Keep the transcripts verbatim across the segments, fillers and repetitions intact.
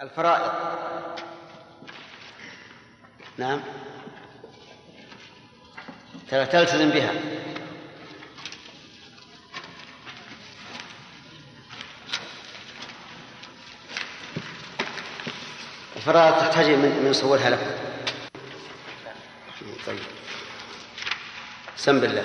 الفرائض. نعم، تلتزم بها. الفرائض تحتاج من صورها لكم. طيب، سم بالله.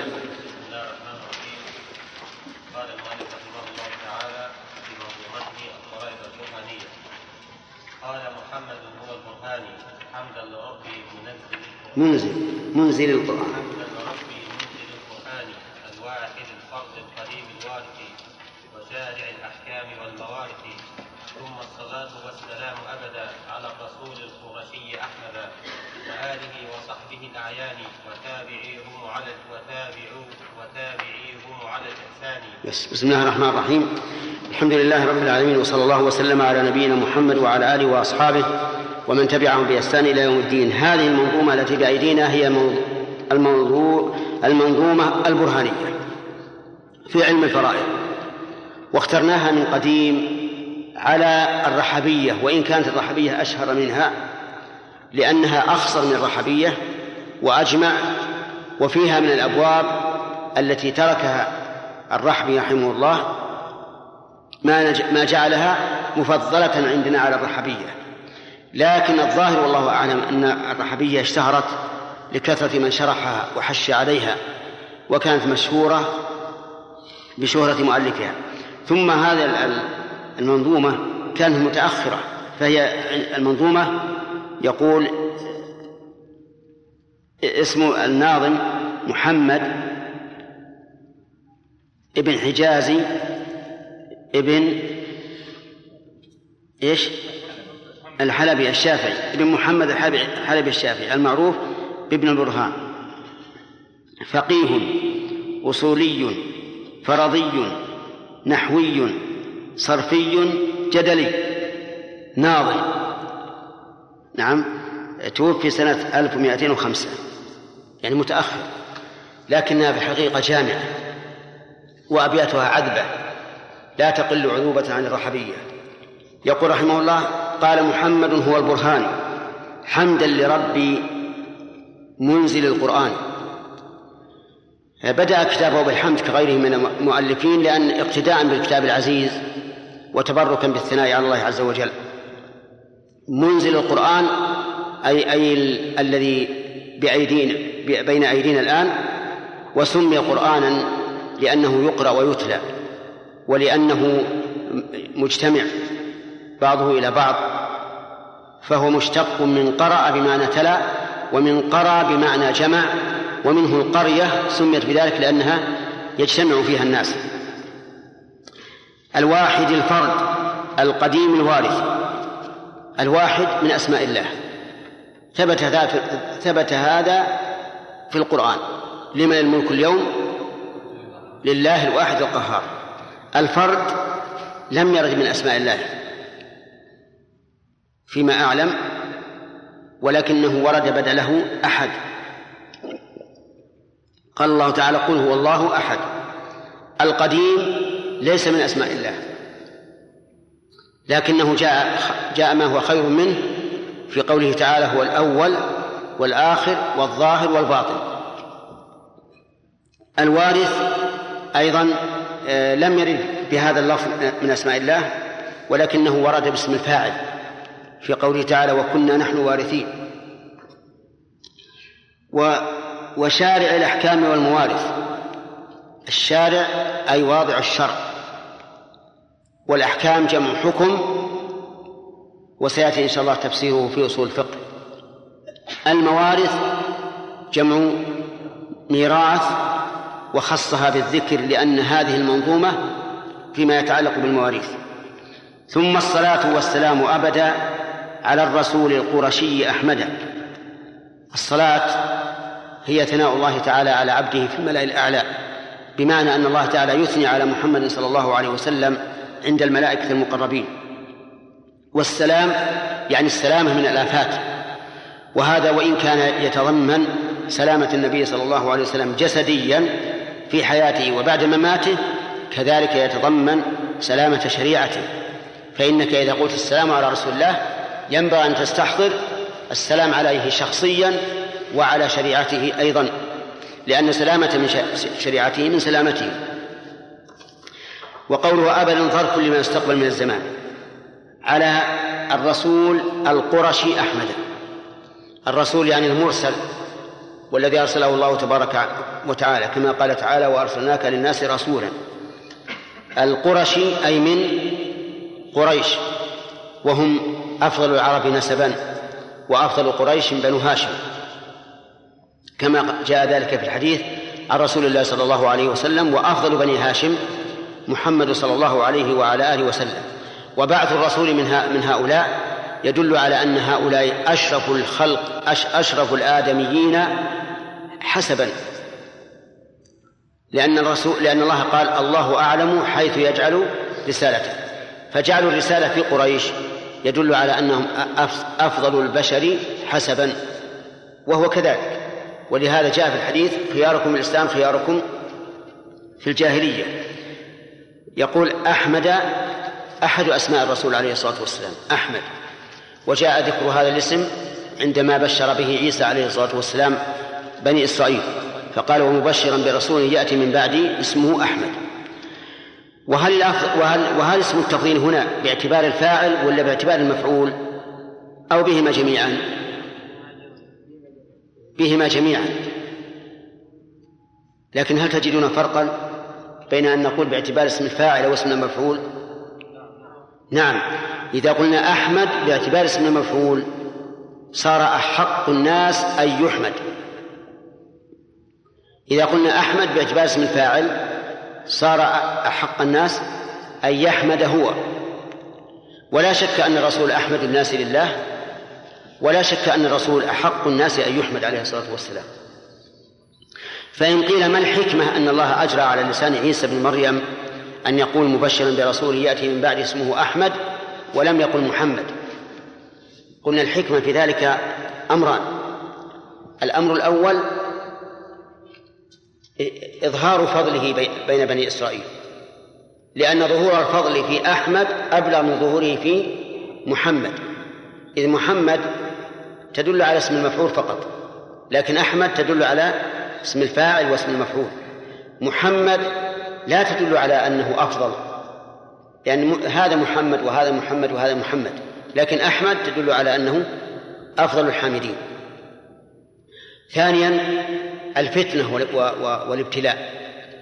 قال المؤلف رحمه الله تعالى في موضوعته الفرائض البرهانية. قال محمد هو البرهاني حمدا لربي منزل منزل منزل القرآن حمدا لربي منزل القرآن الواحد الفرد القديم الوارث وشارع الأحكام والموارث، ثم الصلاة والسلام أبدا على الرسول القرشي أحمد وآله وصحبه الأعيان وتابعيهم على وتابعوا وتابعيهم على الإحسان. بسم الله الرحمن الرحيم. الحمد لله رب العالمين، وصلى الله وسلم على نبينا محمد وعلى آله وأصحابه ومن تبعهم بإحسان إلى يوم الدين. هذه المنظومة التي بأيدينا هي الموضوع المنظومة البرهانية في علم الفرائض، واخترناها من قديم على الرحبية، وإن كانت الرحبية أشهر منها لأنها أخصر من الرحبية وأجمع، وفيها من الأبواب التي تركها الرحبي رحمه الله ما جعلها مفضلة عندنا على الرحبية. لكن الظاهر والله أعلم أن الرحبية اشتهرت لكثرة من شرحها وحش عليها، وكانت مشهورة بشهرة مؤلفها. ثم هذه المنظومة كانت متأخرة، فهي المنظومة يقول اسم الناظم محمد ابن حجازي ابن إيش الحلبي الشافعي، ابن محمد الحلبي الشافعي المعروف بابن البرهان، فقيه أصولي فرضي نحوي صرفي جدلي ناظم. نعم، توفي سنة ألف ومائتين وخمسة، يعني متأخر، لكنها في الحقيقة جامعة وأبياتها عذبة لا تقل عذوبة عن الرحبية. يقول رحمه الله: قال محمد هو البرهان حمدا لربي منزل القرآن. بدأ كتابه بالحمد كغيره من المؤلفين، لأن اقتداء بالكتاب العزيز وتبركا بالثناء على الله عز وجل. منزل القرآن أي, أي ال... الذي بأيدينا بين أيدينا الآن، وسمي قرآنا لأنه يقرأ ويتلى، ولأنه مجتمع بعضه إلى بعض، فهو مشتق من قرأ بمعنى تلا، ومن قرأ بمعنى جمع، ومنه القرية سميت بذلك لأنها يجتمع فيها الناس. الواحد الفرد القديم الوارث. الواحد من أسماء الله، ثبت هذا ثبت هذا في القرآن: لمن الملك اليوم؟ لله الواحد القهار. الفرد لم يرد من أسماء الله فيما أعلم، ولكنه ورد بدله أحد. قال الله تعالى: قل هو الله أحد. القديم ليس من أسماء الله، لكنه جاء, جاء ما هو خير منه في قوله تعالى: هو الأول والآخر والظاهر والباطن. الوارث أيضا لم يرد بهذا اللفظ من أسماء الله، ولكنه ورد باسم الفاعل في قوله تعالى: وكنا نحن وارثين. وشارع الأحكام والموارث. الشارع أي واضع الشرع، والأحكام جمع حكم، وسيأتي إن شاء الله تفسيره في أصول الفقه. الموارث جمع ميراث، وخصها بالذكر لأن هذه المنظومة فيما يتعلق بالمواريث. ثم الصلاة والسلام أبدا على الرسول القرشي أحمد. الصلاة هي ثناء الله تعالى على عبده في الملأ الأعلى، بمعنى أن الله تعالى يثني على محمد صلى الله عليه وسلم عند الملائكة المقربين. والسلام يعني السلامة من الآفات، وهذا وإن كان يتضمن سلامة النبي صلى الله عليه وسلم جسديا في حياته وبعد مماته، كذلك يتضمن سلامة شريعته، فإنك إذا قلت السلام على رسول الله ينبغي أن تستحضر السلام عليه شخصيا وعلى شريعته أيضا، لأن سلامة من شريعته من سلامته. وقوله أبدا ظرف لما استقبل من الزمان على الرسول القرشي أحمد. الرسول يعني المرسل والذي أرسله الله تبارك وتعالى، كما قال تعالى وأرسلناك للناس رسولا. القرشي أي من قريش، وهم أفضل العرب نسبا، وأفضل قريش بنو هاشم، كما جاء ذلك في الحديث عن رسول الله صلى الله عليه وسلم: وأفضل بني هاشم محمد صلى الله عليه وعلى آله وسلم. وبعث الرسول من هؤلاء يدل على أن هؤلاء أشرف الخلق، أشرف الآدميين حسبا، لأن الرسول لأن الله قال: الله أعلم حيث يجعل رسالته، فجعلوا الرسالة في قريش يدل على أنهم أفضل البشر حسبا، وهو كذلك. ولهذا جاء في الحديث: خياركم الإسلام خياركم في الجاهلية. يقول أحمد أحد أسماء الرسول عليه الصلاة والسلام أحمد، وجاء ذكر هذا الاسم عندما بشر به عيسى عليه الصلاة والسلام بني إسرائيل، فقال: ومبشرا برسول يأتي من بعدي اسمه أحمد. وهل, وهل, وهل اسم التفضيل هنا باعتبار الفاعل ولا باعتبار المفعول أو بهما جميعا؟ بهما جميعا. لكن هل تجدون فرقا بين أن نقول باعتبار اسم الفاعل أو اسم المفعول؟ نعم، إذا قلنا أحمد باعتبار اسم المفعول صار أحق الناس أن يحمد. إذا قلنا أحمد باعتبار اسم الفاعل صار أحق الناس أن يحمد هو. ولا شك أن الرسول أحمد الناس لله، ولا شك أن الرسول أحق الناس أن يحمد عليه الصلاة والسلام. فإن قيل ما الحكمة أن الله أجرى على لسان عيسى بن مريم أن يقول مبشرا برسول يأتي من بعد اسمه أحمد ولم يقل محمد؟ قلنا الحكمة في ذلك أمران. الأمر الأول إظهار فضله بين بني إسرائيل، لأن ظهور الفضل في أحمد أبلغ من ظهوره في محمد، إذ محمد تدل على اسم المفعول فقط، لكن أحمد تدل على اسم الفاعل واسم المفعول. محمد لا تدل على أنه أفضل، لأن يعني هذا محمد وهذا محمد وهذا محمد، لكن أحمد تدل على أنه أفضل الحامدين. ثانيا الفتنة والابتلاء،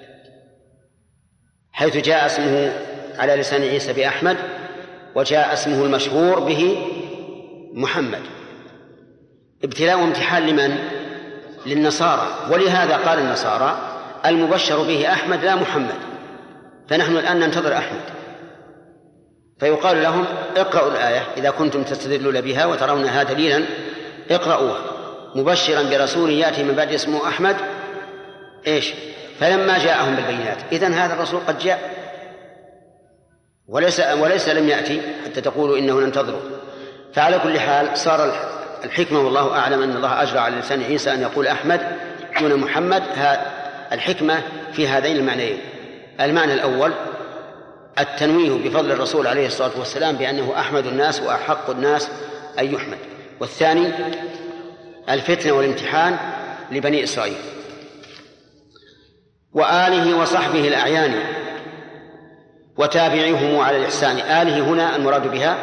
حيث جاء اسمه على لسان عيسى بأحمد وجاء اسمه المشهور به محمد. ابتلاء وامتحان لمن؟ للنصارى، ولهذا قال النصارى المبشر به أحمد لا محمد، فنحن الآن ننتظر أحمد. فيقال لهم اقرأوا الآية إذا كنتم تستدلون بها وترونها دليلا، اقرأوها: مبشرا برسول يأتي من بعد اسمه أحمد إيش؟ فلما جاءهم بالبينات. إذن هذا الرسول قد جاء وليس, وليس لم يأتي حتى تقولوا إنه ننتظره. فعلى كل حال صار الحكمة والله أعلم أن الله أجرى على لسان عيسى أن يقول أحمد دون محمد. الحكمة في هذين المعنيين: المعنى الأول التنويه بفضل الرسول عليه الصلاة والسلام بأنه أحمد الناس وأحق الناس أن يحمد، والثاني الفتنة والامتحان لبني إسرائيل. وآله وصحبه الأعيان وتابعيهم على الإحسان. آله هنا المراد بها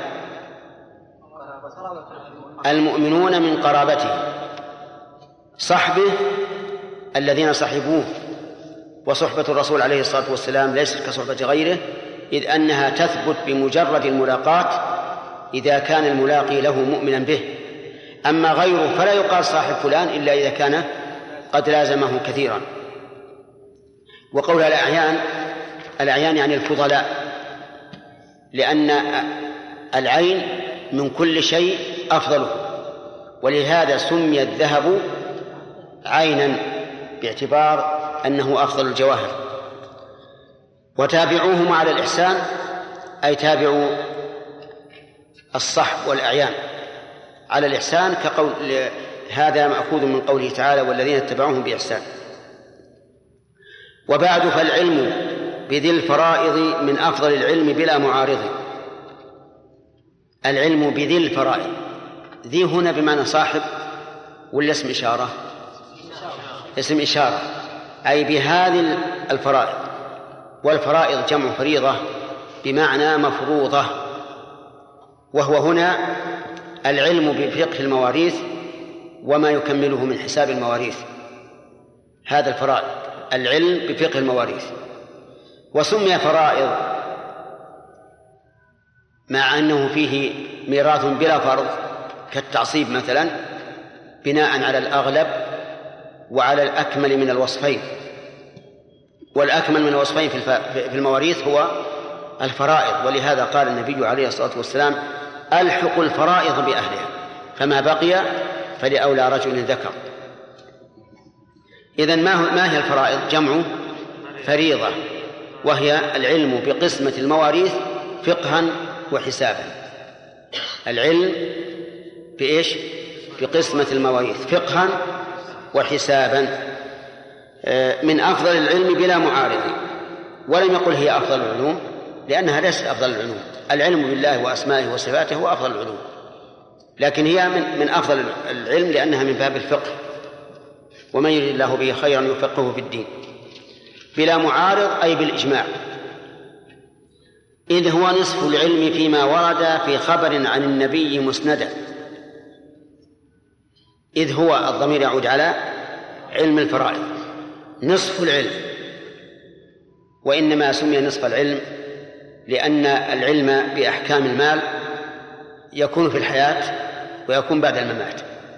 المؤمنون من قرابته، صحبه الذين صحبوه. وصحبة الرسول عليه الصلاة والسلام ليست كصحبة غيره، إذ أنها تثبت بمجرد الملاقاة إذا كان الملاقي له مؤمنا به، أما غيره فلا يقال صاحب فلان إلا إذا كان قد لازمه كثيرا. وقول الأعيان، الأعيان يعني الفضلاء، لأن العين من كل شيء أفضله، ولهذا سمي الذهب عينا باعتبار أنه أفضل الجواهر. وتابعوهم على الإحسان أي تابعوا الصحب والأعيان على الإحسان، كقول هذا مأخوذ من قوله تعالى والذين اتبعوهم بإحسان. وبعد فالعلم بذي الفرائض من أفضل العلم بلا معارض. العلم بذي الفرائض. ذي هنا بمعنى صاحب ولا اسم إشارة؟ اسم إشارة، أي بهذه الفرائض. والفرائض جمع فريضة بمعنى مفروضة، وهو هنا العلم بفقه المواريث وما يكمله من حساب المواريث. هذا الفرائض العلم بفقه المواريث. وسمي فرائض مع أنه فيه ميراث بلا فرض كالتعصيب مثلا، بناء على الأغلب وعلى الأكمل من الوصفين. والأكمل من الوصفين في المواريث هو الفرائض، ولهذا قال النبي عليه الصلاة والسلام: ألحقوا الفرائض بأهلها، فما بقي فلأولى رجل ذكر. إذن ما هي الفرائض؟ جمع فريضة، وهي العلم بقسمة المواريث فقها وحسابا. العلم بإيش؟ بقسمة المواريث فقها وحسابا، من أفضل العلم بلا معارض. ولم يقل هي أفضل العلوم، لأنها ليست أفضل العلوم. العلم بالله وأسمائه وصفاته هو أفضل العلوم، لكن هي من, من أفضل العلم لأنها من باب الفقه، ومن يريد الله به خيرا يفقهه في الدين. بلا معارض أي بالإجماع، إذ هو نصف العلم فيما ورد في خبر عن النبي مسندا. إذ هو الضمير يعود على علم الفرائض، نصف العلم. وإنما سمي نصف العلم لأن العلم بأحكام المال يكون في الحياة ويكون بعد الممات.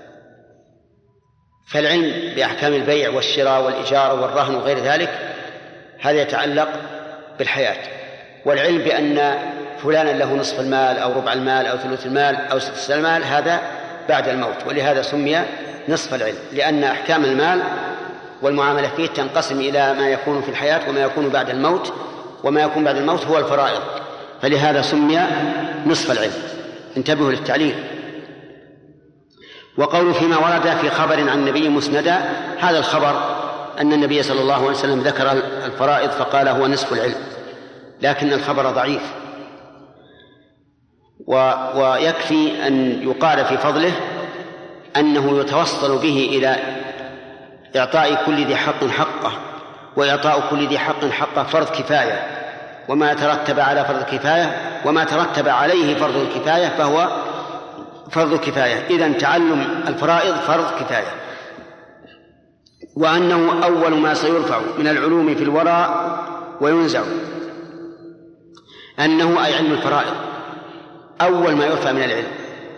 فالعلم بأحكام البيع والشراء والإجارة والرهن وغير ذلك هذا يتعلق بالحياة، والعلم بأن فلانا له نصف المال أو ربع المال أو ثلث المال أو سدس المال هذا بعد الموت. ولهذا سمي نصف العلم، لأن أحكام المال والمعاملة فيه تنقسم إلى ما يكون في الحياة وما يكون بعد الموت، وما يكون بعد الموت هو الفرائض، فلهذا سمي نصف العلم. انتبهوا للتعليل. وقول فيما ورد في خبر عن النبي مسندا، هذا الخبر أن النبي صلى الله عليه وسلم ذكر الفرائض فقال هو نصف العلم، لكن الخبر ضعيف، و... ويكفي أن يقال في فضله أنه يتوصل به إلى إعطاء كل ذي حق حقه، وإعطاء كل ذي حق حقه فرض كفاية، وما ترتب على فرض كفاية وما ترتب عليه فرض الكفاية فهو فرض كفاية. إذن تعلم الفرائض فرض كفاية. وأنه أول ما سيرفع من العلوم في الوراء وينزع، أنه أي علم الفرائض أول ما يرفع من العلم.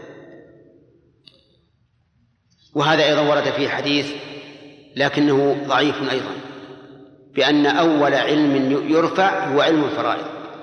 وهذا أيضا ورد فيه حديث لكنه ضعيف أيضا، بأن أول علم يرفع هو علم الفرائض.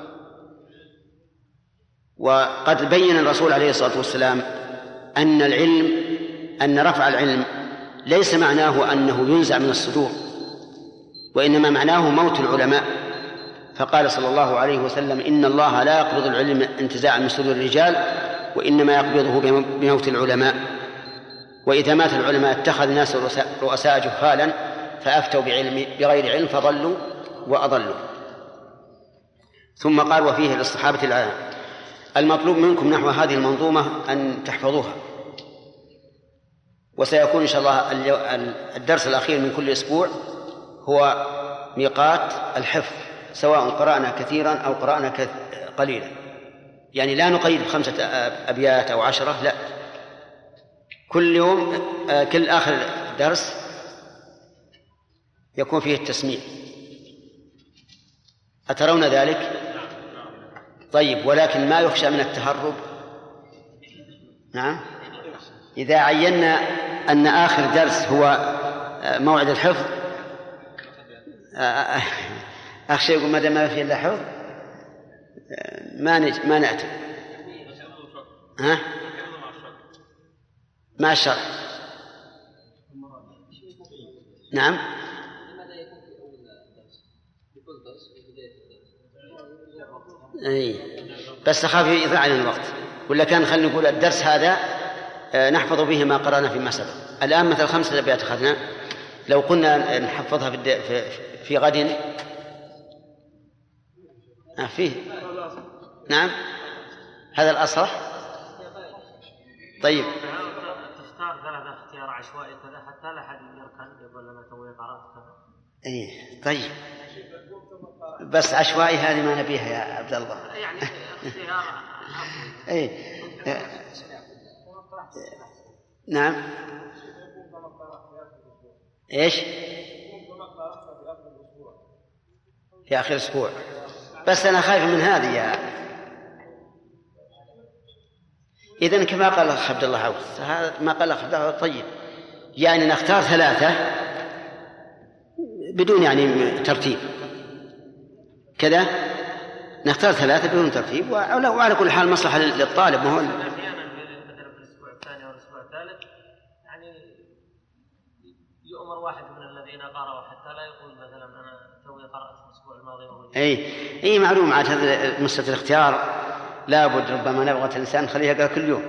وقد بين الرسول عليه الصلاة والسلام أن العلم أن رفع العلم ليس معناه أنه ينزع من الصدور، وإنما معناه موت العلماء. فقال صلى الله عليه وسلم: إن الله لا يقبض العلم انتزاعا من صدور الرجال، وإنما يقبضه بموت العلماء. وإذا مات العلماء اتخذ الناس رؤساء جهالا فأفتوا بعلم بغير علم فضلوا وأضلوا. ثم قال: وفيه للصحابة العام. المطلوب منكم نحو هذه المنظومة أن تحفظوها، وسيكون إن شاء الله الدرس الأخير من كل أسبوع هو ميقات الحفظ، سواء قرأنا كثيرا أو قرأنا قليلا. يعني لا نقيد بخمسة أبيات أو عشرة، لا، كل يوم كل آخر درس يكون فيه التسميع. أترون ذلك؟ طيب، ولكن ما يخشى من التهرب. نعم، إذا عينا أن آخر درس هو موعد الحفظ أخشى يقول ماذا ما في إلا حفظ ما نج... ما نأتي. ها؟ مع الشرح. نعم. أي بس أخاف يضيع علينا الوقت، ولا كان خلينا نقول الدرس هذا نحفظ به ما قرأنا في مسألة. الآن مثل خمسة أبيات أخذنا، لو قلنا نحفظها في, في, في غد فيه. نعم، هذا الأصح. طيب تختار ثلاثة اختيار عشوائي كذا حتى لا أحد يركن يقول لنا توي قرأت كذا. إيه طيب بس عشوائي هذه ما نبيها يا عبد الله. يعني اختيار. إيه نعم. إيش؟ في آخر أسبوع. بس أنا خايف من هذه يا إذن كما قال الأخ عبد الله عوض، هذا ما قال الأخ عبد الله طيب، يعني نختار ثلاثة بدون يعني ترتيب كذا، نختار ثلاثة بدون ترتيب، وعلى كل حال مصلحة للطالب. ما هو أحيانا مثلا في الأسبوع الثاني أو الأسبوع الثالث يعني يؤمر واحد من الذين قرأوا حتى لا يقول مثلا أنا توي قرأت الأسبوع الماضي. أي أي معلوم. عاد هذا مسألة الاختيار لابد، ربما نبغى الإنسان خليها يقرأ كل يوم.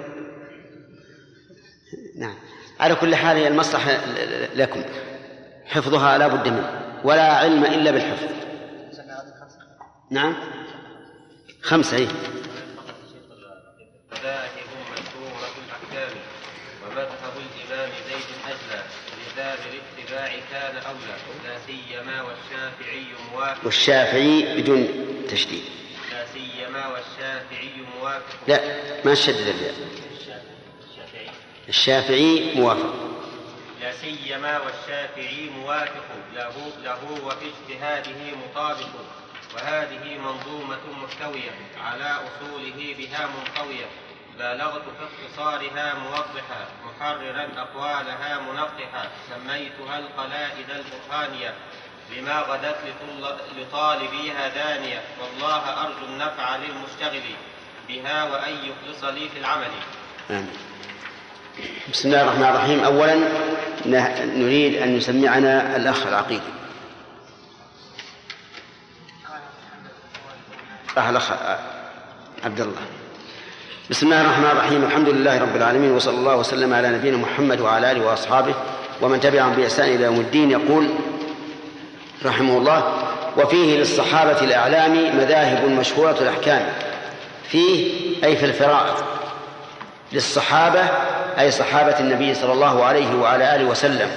نعم. على كل حال المصلحة لكم حفظها لا بد منه، ولا علم إلا بالحفظ. نعم خمسة. أي مذاهب مشهورة الأحكام ومذهب الإمام زيد أجلى، لذا بالاتباع كان أولى، لا سيما والشافعي موافق. والشافعي بدون تشديد. لا سيما والشافعي موافق. لا ما شدد الياء. الشافعي الشافعي موافق. لا سيما والشافعي موافق له له وفي اجتهاده مطابق، وهذه منظومة محتوية على أصوله بها منطوية، بالغت في اختصارها موضحا محررا أقوالها منقحا، سميتها القلائد البرهانية بما غدت لطالبيها دانية، والله أرجو النفع للمشتغل بها وأن يخلص لي في العمل. آمين. بسم الله الرحمن الرحيم. أولا نريد أن يسمعنا الأخ العقيل. الأخ عبد الله. بسم الله الرحمن الرحيم. الحمد لله رب العالمين، وصلى الله وسلم على نبينا محمد وعلى آله وأصحابه ومن تبعهم بإحسان إلى يوم الدين. يقول رحمه الله: وفيه للصحابة الأعلام مذاهب مشهورة الأحكام. فيه أي في الفرائض للصحابة، أي صحابة النبي صلى الله عليه وعلى آله وسلم.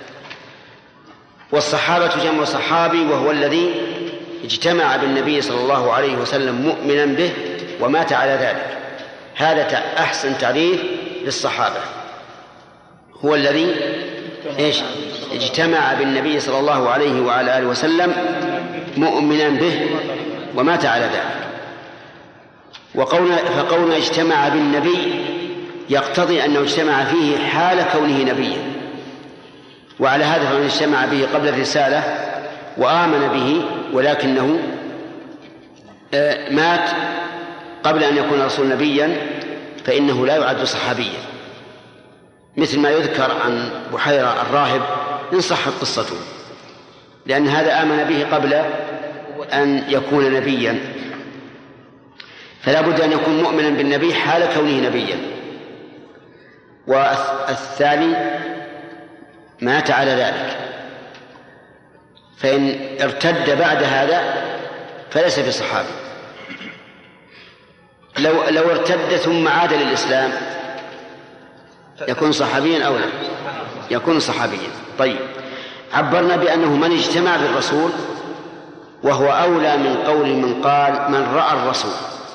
والصحابة جمع صحابي، وهو الذي اجتمع بالنبي صلى الله عليه وسلم مؤمنا به ومات على ذلك. هذا أحسن تعريف للصحابة، هو الذي إيش؟ اجتمع بالنبي صلى الله عليه وعلى آله وسلم مؤمنا به ومات على ذلك. وقولنا فقولنا اجتمع بالنبي يقتضي أنه اجتمع فيه حال كونه نبيا، وعلى هذا فمن اجتمع به قبل الرسالة وآمن به ولكنه مات قبل أن يكون رسول نبيا فإنه لا يعد صحابيا، مثل ما يذكر عن بحيرة الراهب إن صحت قصته، لأن هذا آمن به قبل أن يكون نبيا، فلا بد أن يكون مؤمنا بالنبي حال كونه نبيا. والثاني مات على ذلك، فإن ارتد بعد هذا فليس بصحابي. لو لو ارتد ثم عاد للإسلام يكون صحابيا أو لا؟ يكون صحابيا. طيب، عبرنا بأنه من اجتمع بالرسول، وهو أولى من قول من قال من رأى الرسول.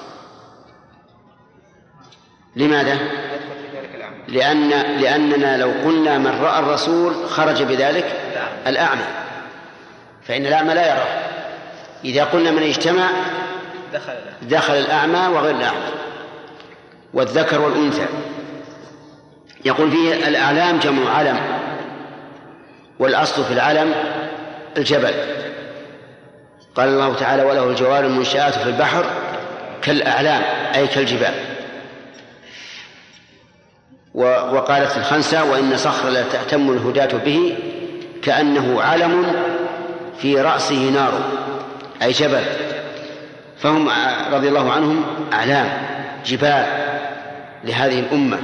لماذا؟ لأن لأننا لو قلنا من رأى الرسول خرج بذلك الأعمى، فإن الأعمى لا يرى. إذا قلنا من اجتمع دخل الأعمى وغير الأعمى والذكر والأنثى. يقول فيه الأعلام جمع علم، والأصل في العلم الجبل. قال الله تعالى: وله الجوار المنشآت في البحر كالأعلام، أي كالجبال. وقالت الخنسة: وإن صخر لا تأتم الهداة به كأنه علم في رأسه نار، أي جبل. فهم رضي الله عنهم أعلام جبال لهذه الأمة.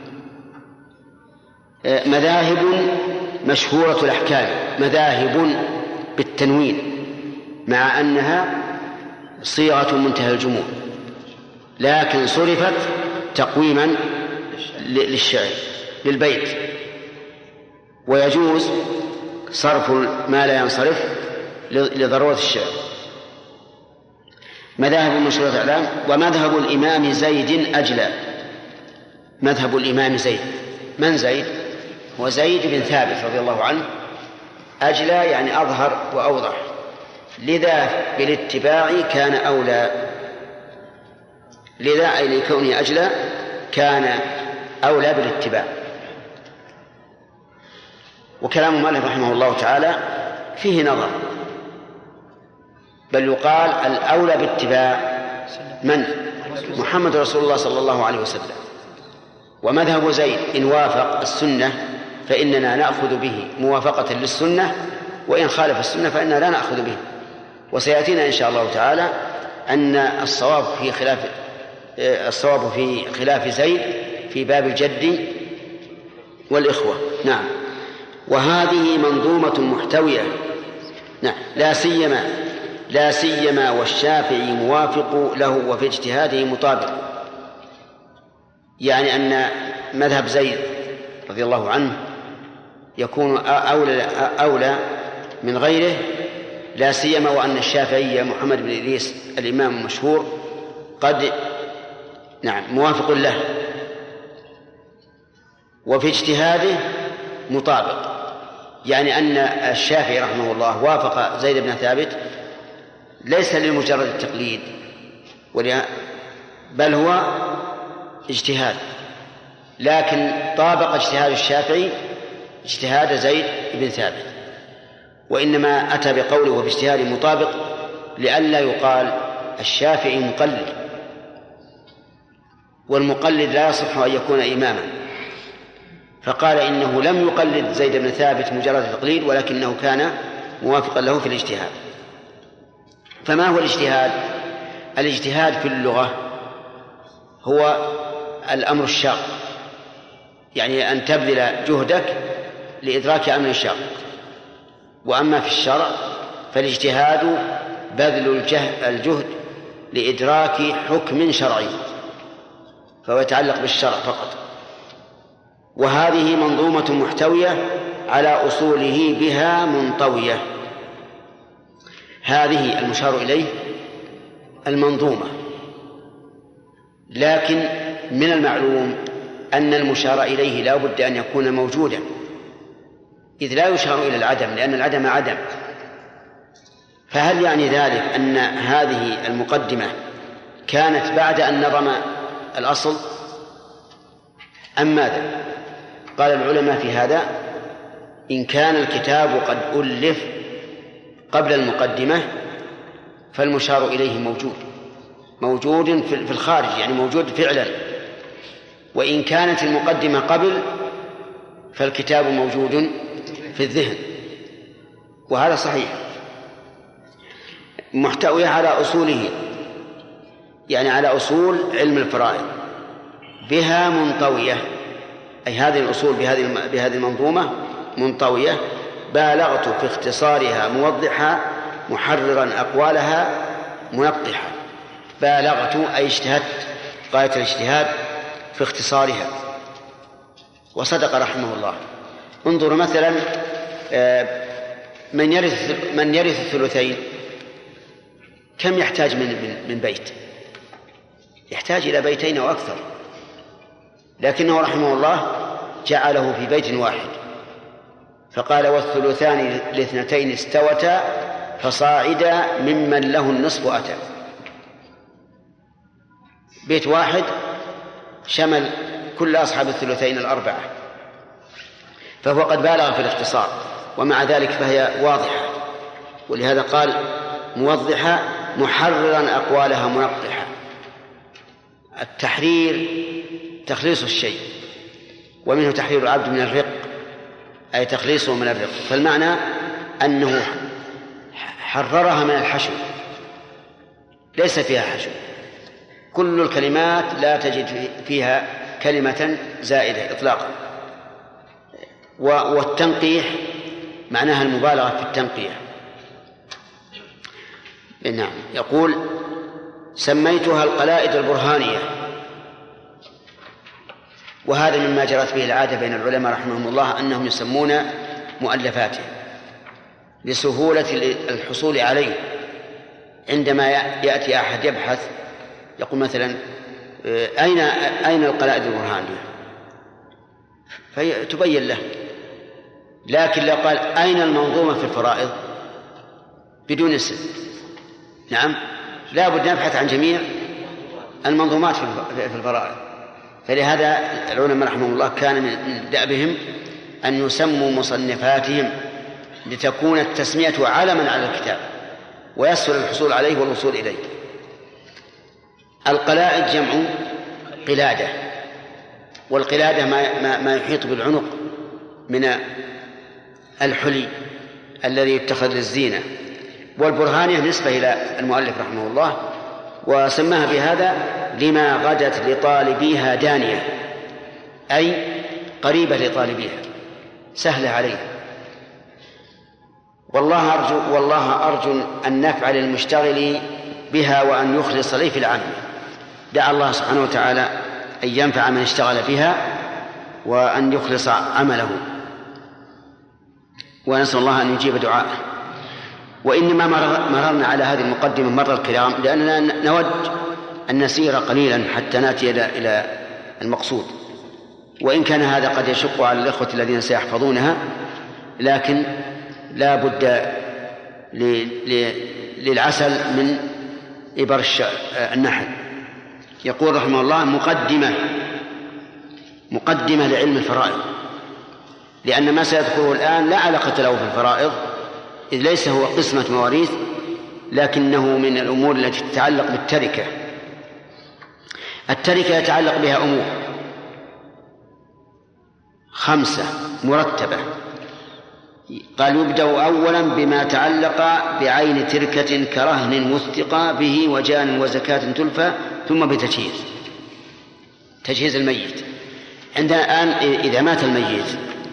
مذاهب مشهورة الأحكام، مذاهب بالتنوين مع أنها صيغة منتهى الجموع، لكن صرفت تقويما للشعر للبيت، ويجوز صرف ما لا ينصرف لضرورة الشعر. مذاهب مشهورة الإعلام. ومذهب الإمام زيد أجلى. مذهب الإمام زيد، من زيد؟ هو زيد بن ثابت رضي الله عنه. أجلى يعني أظهر وأوضح، لذا بالاتباع كان أولى. لذا أي لكونه أجلى كان أولى بالاتباع. وكلام مالك رحمه الله تعالى فيه نظر، بل يقال الأولى باتباع من؟ محمد رسول الله صلى الله عليه وسلم. ومذهب زيد إن وافق السنة فإننا نأخذ به موافقة للسنة، وإن خالف السنة فإننا لا نأخذ به. وسيأتينا إن شاء الله تعالى أن الصواب في خلاف الصواب في خلاف زيد في باب الجد والإخوة. نعم. وهذه منظومة محتوية. نعم. لا سيما لا سيما والشافعي موافق له وفي اجتهاده مطابق. يعني أن مذهب زيد رضي الله عنه يكون أولى, أولى من غيره، لا سيما وأن الشافعي محمد بن إدريس الإمام المشهور قد نعم موافق له وفي اجتهاده مطابق. يعني أن الشافعي رحمه الله وافق زيد بن ثابت ليس لمجرد التقليد، بل هو اجتهاد، لكن طابق اجتهاد الشافعي اجتهاد زيد بن ثابت، وإنما أتى بقوله وباجتهاد مطابق لئلا يقال الشافعي مقلد، والمقلد لا يصح أن يكون إماما، فقال إنه لم يقلد زيد بن ثابت مجرد تقليد، ولكنه كان موافقا له في الاجتهاد. فما هو الاجتهاد؟ الاجتهاد في اللغة هو الأمر الشاق، يعني أن تبذل جهدك لإدراك أمر شاق. وأما في الشرع فالاجتهاد بذل الجهد لإدراك حكم شرعي، فهو يتعلق بالشرع فقط. وهذه منظومة محتوية على أصوله بها منطوية. هذه المشار إليه المنظومة، لكن من المعلوم أن المشار إليه لا بد أن يكون موجودا، إذ لا يشار إلى العدم، لأن العدم عدم. فهل يعني ذلك أن هذه المقدمة كانت بعد أن نظم الأصل أم ماذا؟ قال العلماء في هذا إن كان الكتاب قد ألف قبل المقدمة فالمشار إليه موجود موجود في الخارج، يعني موجود فعلا. وإن كانت المقدمة قبل فالكتاب موجود في الذهن، وهذا صحيح. محتوي على أصوله، يعني على أصول علم الفرائض بها منطوية، أي هذه الأصول بهذه بهذه المنظومة منطوية. بالغت في اختصارها موضحا محررا أقوالها منقحا. بالغت أي اجتهدت غاية الاجتهاد في اختصارها، وصدق رحمه الله. انظروا مثلا من يرث من يرث الثلثين كم يحتاج من من بيت؟ يحتاج إلى بيتين أو أكثر، لكنه رحمه الله جعله في بيت واحد، فقال والثلثان لاثنتين استوتا فصاعدا ممن له النصف أتى. بيت واحد شمل كل أصحاب الثلثين الأربعة، فهو قد بالغ في الاختصار، ومع ذلك فهي واضحة، ولهذا قال موضحة محررا أقوالها منقحة. التحرير تخليص الشيء، ومنه تحرير العبد من الرق، أي تخليصه من الرق، فالمعنى أنه حررها من الحشو، ليس فيها حشو. كل الكلمات لا تجد فيها كلمة زائدة إطلاقا. والتنقيح معناها المبالغة في التنقيح. نعم. يقول سميتها القلائد البرهانية. وهذا مما جرت به العادة بين العلماء رحمهم الله أنهم يسمون مؤلفاتهم لسهولة الحصول عليه. عندما يأتي أحد يبحث يقول مثلا أين أين القلائد البرهانية فتبين له، لكن لو قال أين المنظومة في الفرائض بدون اسم، نعم لا بد نبحث عن جميع المنظومات في الفرائض. فلهذا العلماء رحمهم الله كان من دأبهم أن يسموا مصنفاتهم لتكون التسمية علما على الكتاب ويسهل الحصول عليه والوصول إليه. القلائد جمع قلادة، والقلادة ما, ما, ما يحيط بالعنق من الحلي الذي يتخذ للزينة، والبرهانية نسبة إلى المؤلف رحمه الله، وسماها بهذا لما غدت لطالبيها دانية، أي قريبة لطالبيها سهلة عليه. والله أرجو, والله أرجو النفع للمشتغل بها وأن يخلص لي في العمل. دعا الله سبحانه وتعالى أن ينفع من اشتغل بها وأن يخلص عمله، ونسأل الله أن يجيب دعاءه. وإنما مررنا على هذه المقدمة مرة الكرام لأننا نود أن نسير قليلا حتى نأتي إلى المقصود، وإن كان هذا قد يشق على الإخوة الذين سيحفظونها، لكن لا بد للعسل من إبر النحل. يقول رحمه الله مقدمة مقدمة لعلم الفرائض، لأن ما سيذكره الآن لا علاقة له في الفرائض، إذ ليس هو قسمة مواريث، لكنه من الأمور التي تتعلق بالتركة. التركة يتعلق بها أمور خمسة مرتبة. قال يبدأ أولا بما تعلق بعين تركة كرهن مثقى به وجان وزكاة تلفى، ثم بتجهيز تجهيز الميت. عندنا الآن إذا مات الميت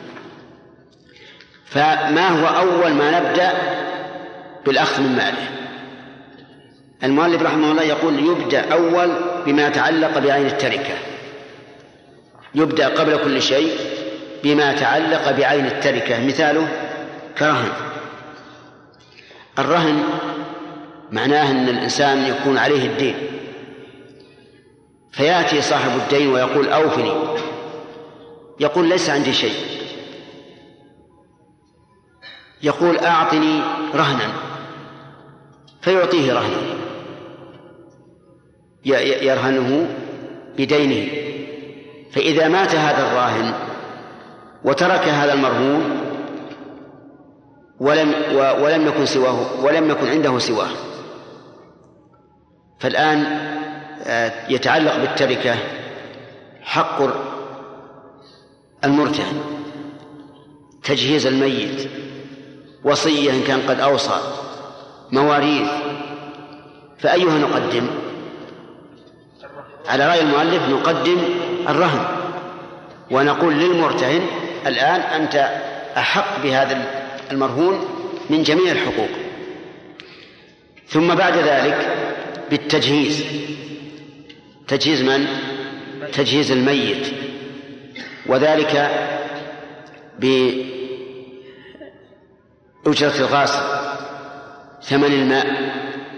فما هو أول ما نبدأ بالأخذ من ماله؟ المؤلف رحمه الله يقول يبدأ أول بما يتعلق بعين التركة، يبدأ قبل كل شيء بما يتعلق بعين التركة. مثاله كرهن. الرهن معناه أن الإنسان يكون عليه الدين، فيأتي صاحب الدين ويقول أوفني، يقول ليس عندي شيء، يقول أعطني رهنا، فيعطيه رهنا يرهنه بدينه. فإذا مات هذا الراهن وترك هذا المرهون ولم ولم يكن سواه ولم يكن عنده سواه، فالآن يتعلق بالتركة حق المرتهن، تجهيز الميت، وصية إن كان قد أوصى، مواريث. فأيها نقدم؟ على رأي المؤلف نقدم الرهن، ونقول للمرتهن الآن أنت أحق بهذا المرهون من جميع الحقوق. ثم بعد ذلك بالتجهيز. تجهيز من؟ تجهيز الميت، وذلك بأجرة الغاسل، ثمن الماء،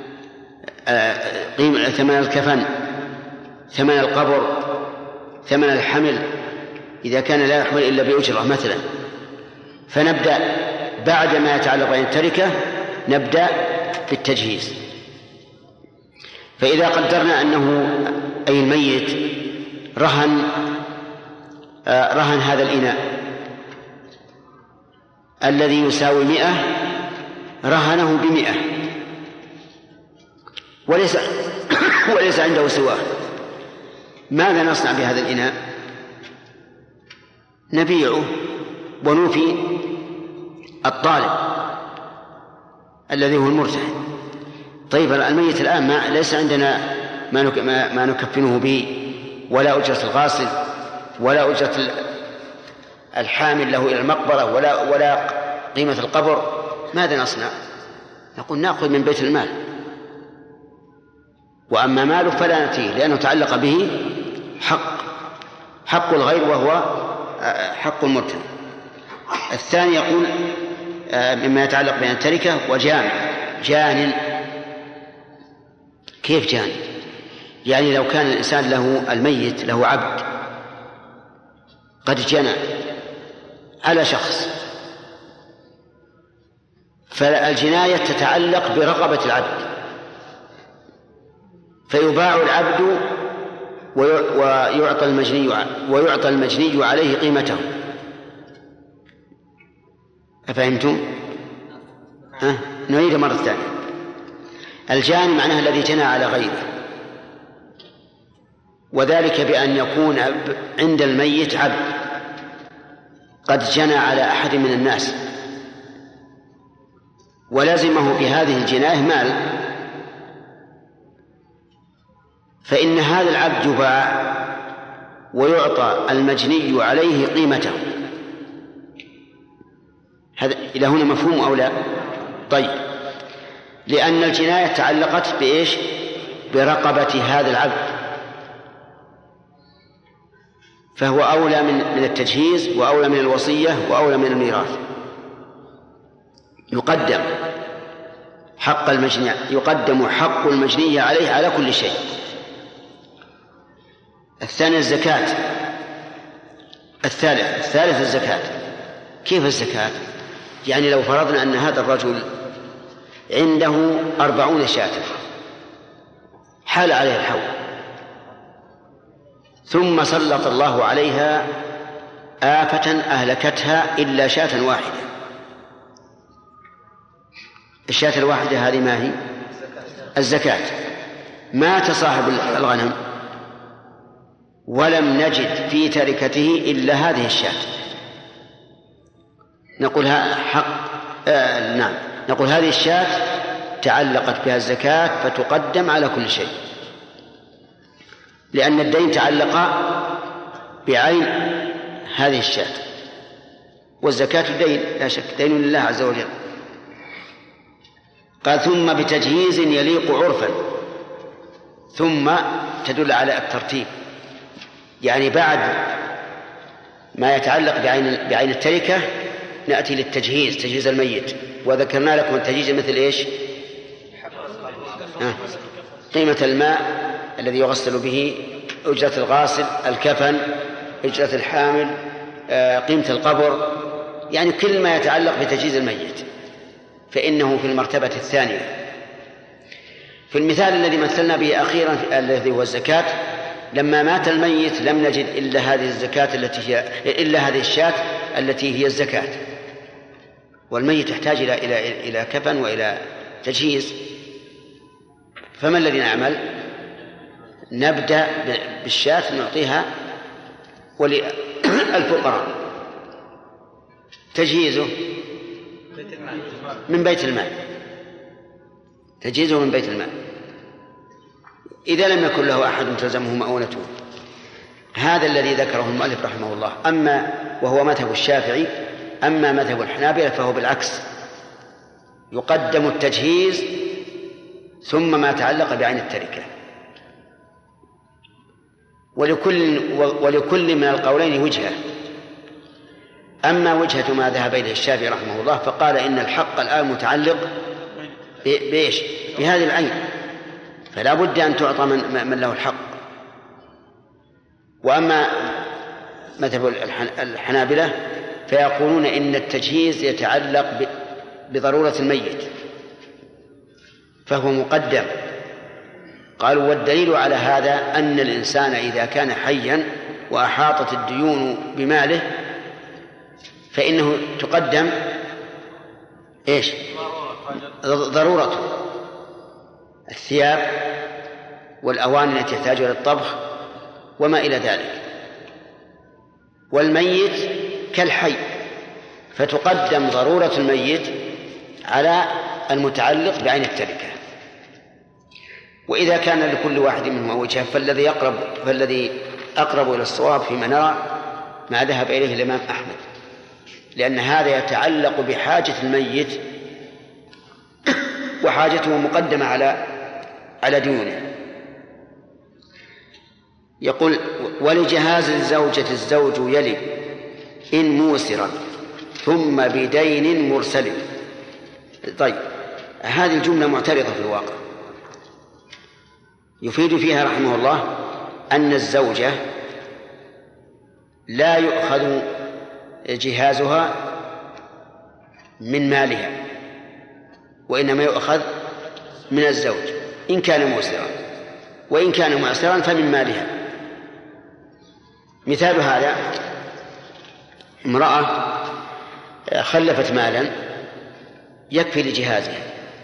قيمة ثمن الكفن، ثمن القبر، ثمن الحمل إذا كان لا يحمل إلا بأجرة مثلا. فنبدأ بعد ما يتعلق بعين التركة نبدأ بالتجهيز. فإذا قدرنا أنه أي الميت رهن آه رهن هذا الإناء الذي يساوي مئة، رهنه بمئة وليس وليس عنده سواه، ماذا نصنع بهذا الإناء؟ نبيعه ونوفي الطالب الذي هو المرتهن. طيب الميت الآن ما ليس عندنا ما ما نكفنه به، ولا أجرة الغاسل، ولا أجرة الحامل له إلى المقبرة، ولا ولا قيمة القبر. ماذا نصنع؟ نقول نأخذ من بيت المال، وأما ماله فلا نأتيه لأنه تعلق به حق حق الغير وهو حق المرتهن. الثاني يقول مما يتعلق بين التركة وجامع جان. كيف جان؟ يعني لو كان الإنسان له الميت له عبد قد جنى على شخص، فالجناية تتعلق برقبة العبد، فيباع العبد ويعطى المجني ويعطى المجني عليه قيمته. أفهمتم؟ ها؟ نعيد مرة ثانية. الجاني معناه الذي جنى على غيره، وذلك بأن يكون عند الميت عبد قد جنى على أحد من الناس ولزمه بهذه الجناية مال، فإن هذا العبد يباع ويعطى المجني عليه قيمته. هذا إلى هنا مفهوم أو لا؟ طيب، لأن الجناية تعلقت بإيش؟ برقبة هذا العبد، فهو أولى من من التجهيز وأولى من الوصية وأولى من الميراث. يقدم حق المجني يقدم حق المجني عليه على كل شيء. الثاني الزكاة. الثالث الثالث الزكاة. كيف الزكاة؟ يعني لو فرضنا أن هذا الرجل عنده أربعون شاة حال عليه الحول، ثم سلط الله عليها آفة أهلكتها إلا شاة واحدة. الشاة الواحدة هذه ما هي؟ الزكاة. مات صاحب الغنم ولم نجد في تركته إلا هذه الشاة، نقول حق آه نعم نقول هذه الشاة تعلقت بها الزكاة فتقدم على كل شيء، لأن الدين تعلق بعين هذه الشاة، والزكاة دين لا شك دين لله عز وجل. قال ثم بتجهيز يليق عرفا، ثم تدل على الترتيب، يعني بعد ما يتعلق بعين بعين التركة نأتي للتجهيز، تجهيز الميت. وذكرنا لكم التجهيز مثل إيش؟ آه. قيمة الماء الذي يغسل به، أجرة الغاسل، الكفن، أجرة الحامل، آه، قيمة القبر، يعني كل ما يتعلق بتجهيز الميت فإنه في المرتبة الثانية. في المثال الذي مثلنا به أخيرا الذي هو الزكاة، لما مات الميت لم نجد إلا هذه الزكاة التي هي إلا هذه الشاة التي هي الزكاة، والميت يحتاج إلى إلى إلى كفن وإلى تجهيز. فما الذي نعمل؟ نبدأ بالشاة نعطيها وللفقراء، تجهيزه من بيت المال، تجهيزه من بيت المال إذا لم يكن له أحد تلزمه مؤونته. هذا الذي ذكره المؤلف رحمه الله، أما وهو مذهب الشافعي. أما مذهب الحنابلة فهو بالعكس، يقدم التجهيز ثم ما تعلق بعين التركة. ولكل ولكل من القولين وجهة. أما وجهة ما ذهب إليه الشافعي رحمه الله فقال إن الحق الآن متعلق بإيش؟ بهذه العين، فلا بد أن تعطى من, من له الحق. وأما مذهب الحنابلة فيقولون إن التجهيز يتعلق بضرورة الميت فهو مقدم. قالوا والدليل على هذا أن الإنسان إذا كان حيا وأحاطت الديون بماله فإنه تقدم إيش؟ ضرورته، الثياب والأواني التي يحتاج إلى الطبخ وما إلى ذلك. والميت كالحي فتقدم ضرورة الميت على المتعلق بعين التركة. وإذا كان لكل واحد منهما وجهة فالذي يقرب فالذي أقرب إلى الصواب فيما نرى ما ذهب إليه الإمام أحمد، لأن هذا يتعلق بحاجة الميت وحاجته مقدمة على على ديونه. يقول ولجهاز الزوجة الزوج يلي إن موسرا ثم بدين مرسل. طيب، هذه الجملة معترضة في الواقع. يفيد فيها رحمه الله أن الزوجة لا يؤخذ جهازها من مالها، وإنما يؤخذ من الزوج إن كان موسرا، وإن كان معسرا فمن مالها. مثال هذا: امرأة خلفت مالا يكفي لجهازها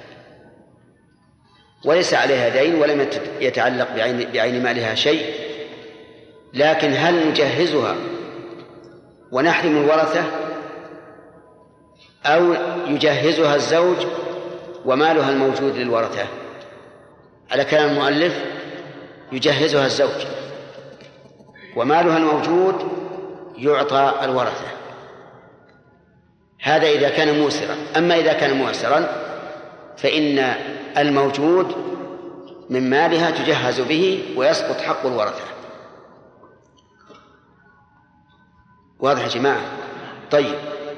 وليس عليها دين ولم يتعلق بعين, بعين مالها شيء، لكن هل نجهزها ونحرم الورثة أو يجهزها الزوج ومالها الموجود للورثة؟ على كلام المؤلف يجهزها الزوج ومالها الموجود يعطى الورثة. هذا إذا كان موسرا. أما إذا كان معسرا فإن الموجود من مالها تجهز به ويسقط حق الورثة. واضح يا جماعة؟ طيب،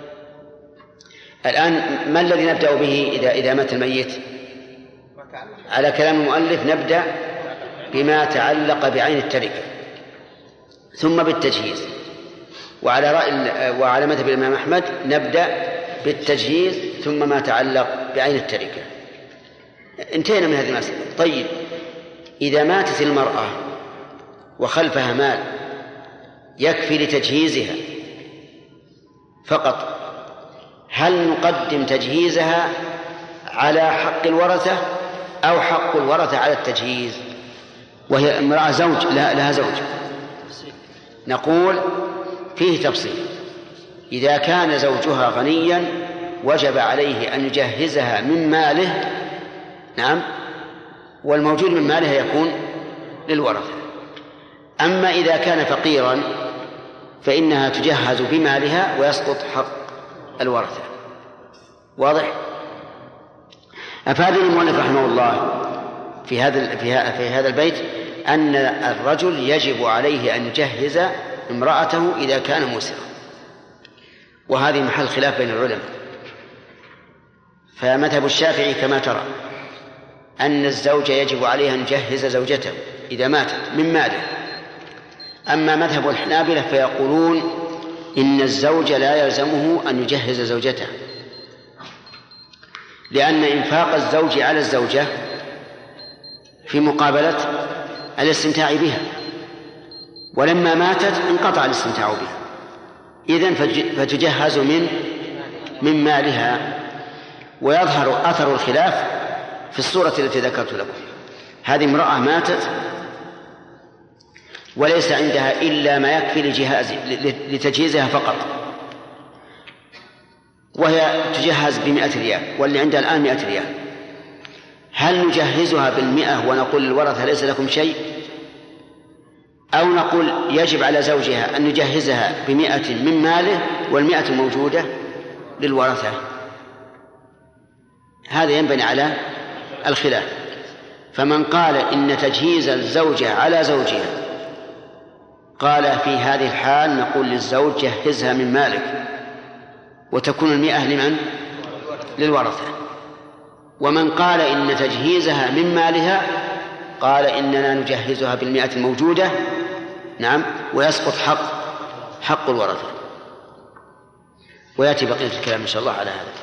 الآن ما الذي نبدأ به إذا إذا مات الميت؟ على كلام المؤلف نبدأ بما تعلق بعين التركة ثم بالتجهيز، وعلى رأي وعلى مذهب الإمام أحمد نبدأ بالتجهيز ثم ما تعلق بعين التركة. انتهينا من هذه المسألة. طيب، إذا ماتت المرأة وخلفها مال يكفي لتجهيزها فقط، هل نقدم تجهيزها على حق الورثة أو حق الورثة على التجهيز؟ وهي امرأة زوج لها زوج، نقول فيه تفصيل. إذا كان زوجها غنيا وجب عليه أن يجهزها من ماله، نعم، والموجود من ماله يكون للورثة. أما إذا كان فقيرا فإنها تجهز بمالها ويسقط حق الورثة. واضح؟ أفادني المؤلف رحمه الله في هذا في هذا البيت أن الرجل يجب عليه أن يجهز امرأته إذا كان موسرا، وهذه محل خلاف بين العلماء. فمذهب الشافعي كما ترى أن الزوج يجب عليه أن يجهز زوجته إذا ماتت من ماله. أما مذهب الحنابلة فيقولون إن الزوج لا يلزمه أن يجهز زوجته، لأن إنفاق الزوج على الزوجة في مقابلة الاستمتاع بها، ولما ماتت انقطع الاستمتاع بها، إذن فتجهز من من مالها. ويظهر أثر الخلاف في الصورة التي ذكرت لكم. هذه امرأة ماتت وليس عندها إلا ما يكفي لجهاز لتجهيزها فقط، وهي تجهز بمئة ريال واللي عندها الآن مئة ريال. هل نجهزها بالمئة ونقول الورثة ليس لكم شيء، أو نقول يجب على زوجها أن نجهزها بمئة من ماله والمئة الموجودة للورثة؟ هذا ينبني على الخلاف. فمن قال إن تجهيز الزوجة على زوجها، قال في هذه الحال نقول للزوج جهزها من مالك وتكون المئة لمن؟ للورثة. ومن قال إن تجهيزها من مالها قال إننا نجهزها بالمئة الموجودة، نعم، ويسقط حق حق الورثة. ويأتي بقية الكلام إن شاء الله على هذا.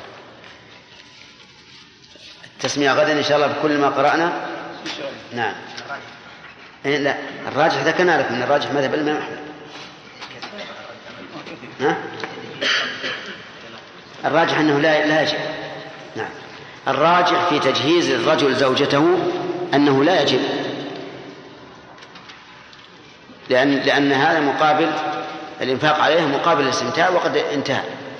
التسمية غدا إن شاء الله بكل ما قرأنا. نعم. إيه لا، الراجح ذكرنا لكم من الراجح مذهب الإمام أحمد. ها؟ الراجح أنه لا لا يجب. نعم. الراجح في تجهيز الرجل زوجته أنه لا يجب، لأن لأن هذا مقابل الإنفاق عليه مقابل الاستمتاع وقد انتهى.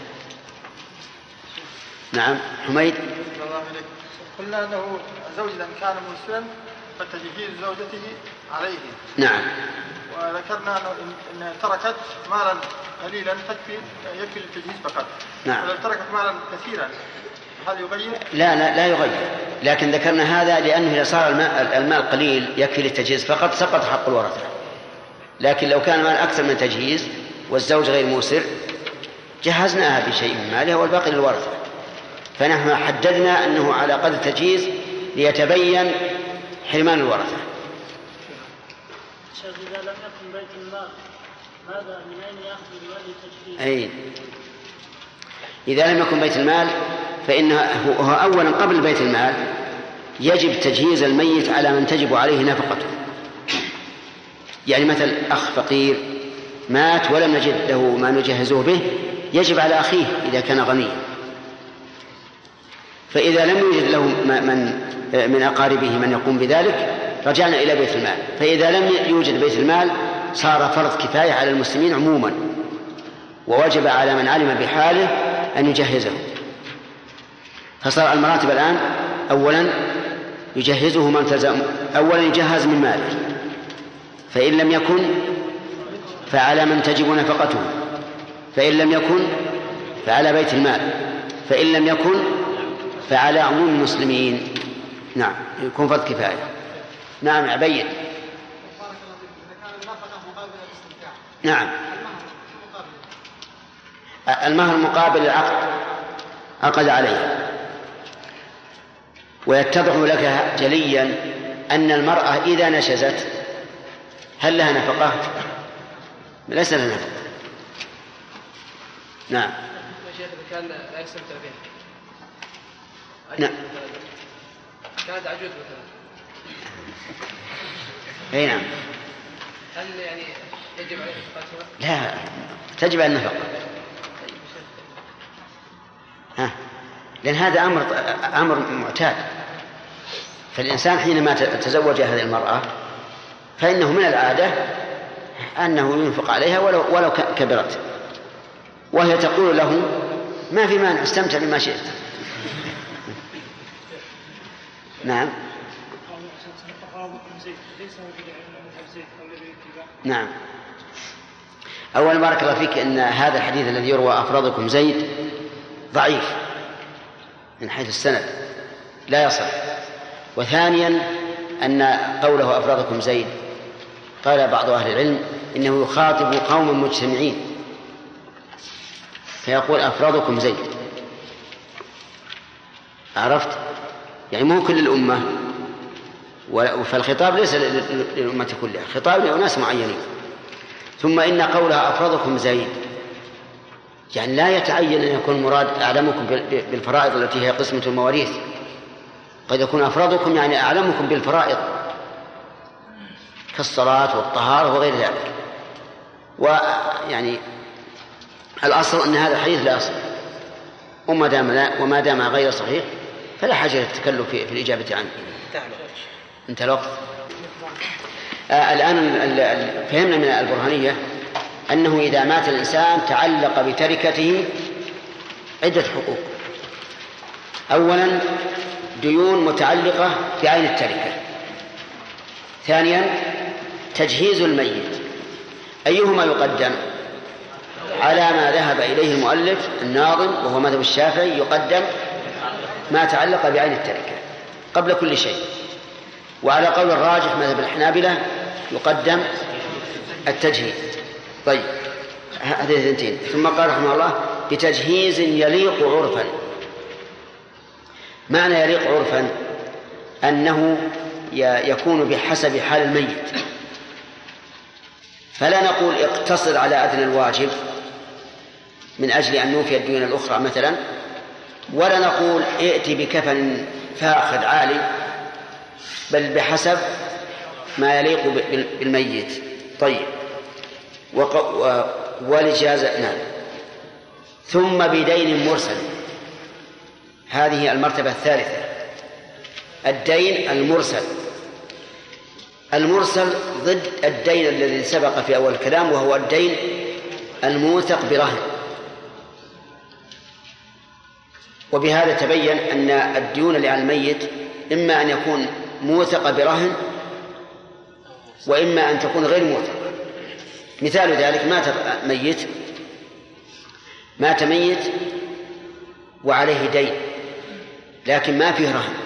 نعم. حميد. قلنا أنه زوج إذا كان مسلما فتجهيز زوجته عليه. نعم. وذكرنا أنه تركت مالا قليلا تكفي يكفي للتجهيز فقط. نعم. ولو تركت مالا كثيرا هل يغير؟ لا لا لا يغير، لكن ذكرنا هذا لأنه إذا صار المال, المال قليل يكفي للتجهيز فقط سقط حق الورثة. لكن لو كان مال أكثر من تجهيز والزوج غير موسر جهزناها بشيء من مالها والباقي للورثة. فنحن حددنا أنه على قدر التجهيز ليتبين حرمان الورثة. إذا لم يكن بيت المال هذا من أين يأخذ بوالي التجهيز؟ أي إذا لم يكن بيت المال فإنه أولا قبل بيت المال يجب تجهيز الميت على من تجب عليه نفقته. يعني مثل أخ فقير مات ولم نجد له ما نجهزه به، يجب على أخيه إذا كان غنيا. فإذا لم يوجد له من من أقاربه من يقوم بذلك رجعنا إلى بيت المال. فإذا لم يوجد بيت المال صار فرض كفاية على المسلمين عموما، ووجب على من علم بحاله أن يجهزه. فصار المراتب الآن أولا يجهزه من تلزم، أولا يجهز من ماله، فإن لم يكن فعلى من تجب نفقته، فإن لم يكن فعلى بيت المال، فإن لم يكن فعلى عموم المسلمين. نعم يكون فرض كفاية. نعم عبيد. نعم المهر مقابل العقد عقد عليه. ويتضح لك جليا أن المرأة إذا نشزت هل لها نفقة؟ ليس لها نفقة. نعم كان لا يستمتع بها. نعم كانت عجوز مثلا. اي نعم. هل يعني يجب عليه نفقتها؟ لا تجب على النفقة. ها لأن هذا أمر أمر معتاد. فالإنسان حينما تزوج هذه المرأة فإنه من العادة أنه ينفق عليها ولو ولو كبرت، وهي تقول له ما في مانع استمتع بما شئت. نعم نعم. أول بارك الله فيك أن هذا الحديث الذي يروى أفرادكم زيد ضعيف من حيث السند لا يصح. وثانيا أن قوله أفرادكم زيد قال بعض أهل العلم إنه يخاطب قوما مجتمعين فيقول أفرادكم زيد. عرفت؟ يعني مو كل الأمة، فالخطاب ليس للأمة كلها، خطاب لأناس معينين. ثم إن قولها أفرادكم زيد يعني لا يتعين أن يكون مراد أعلمكم بالفرائض التي هي قسمة المواريث، قد يكون أفرادكم يعني أعلمكم بالفرائض كالصلاة والطهارة وغير ذلك. ويعني الأصل أن هذا الحديث لا أصل، وما دام لا وما دام غير صحيح فلا حاجة للتكلف في, في الإجابة عنه. انت الوقت. آه الآن فهمنا من البرهانية أنه إذا مات الإنسان تعلق بتركته عدة حقوق. أولا ديون متعلقة بعين التركة. ثانيا تجهيز الميت، أيهما يقدم؟ على ما ذهب إليه المؤلف الناظم وهو مذهب الشافعي يقدم ما تعلق بعين التركة قبل كل شيء. وعلى قول الراجح مذهب الحنابلة يقدم التجهيز. طيب هذه الثنتين. ثم قال رحمه الله بتجهيز يليق عرفا. معنى يليق عرفا أنه يكون بحسب حال الميت، فلا نقول اقتصر على أدنى الواجب من أجل أن نوفي الديون الأخرى مثلا، ولا نقول ائتي بكفن فاخر عالي، بل بحسب ما يليق بالميت. طيب والإجازة. نعم. ثم بدين مرسل، هذه المرتبة الثالثة، الدين المرسل. المرسل ضد الدين الذي سبق في أول الكلام وهو الدين الموثق برهن. وبهذا تبين أن الديون اللي على الميت إما أن يكون موثق برهن وإما أن تكون غير موثق. مثال ذلك مات ميت مات ميت وعليه دين لكن ما فيه رهن،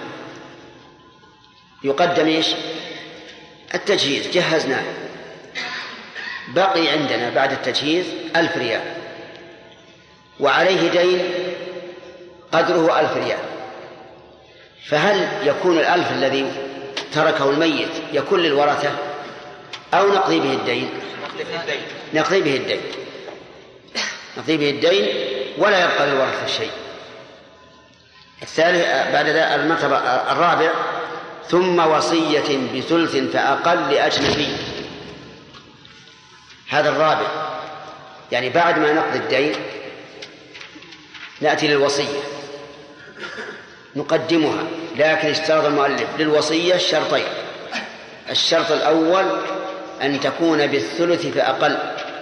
يقدم إيش؟ التجهيز، جهزناه. بقي عندنا بعد التجهيز ألف ريال وعليه دين قدره ألف ريال، فهل يكون الألف الذي تركه الميت يكون للورثة أو نقضي به الدين؟ نقضي به الدين نقضي به الدين ولا يبقى للورثة شيء. الثالث بعد ذلك المرتبة الرابع ثم وصية بثلث فأقل لأجنبي. هذا الرابع، يعني بعد ما نقضي الدين نأتي للوصية نقدمها، لكن اشترط المؤلف للوصية شرطين: الشرط الأول أن تكون بالثلث فأقل،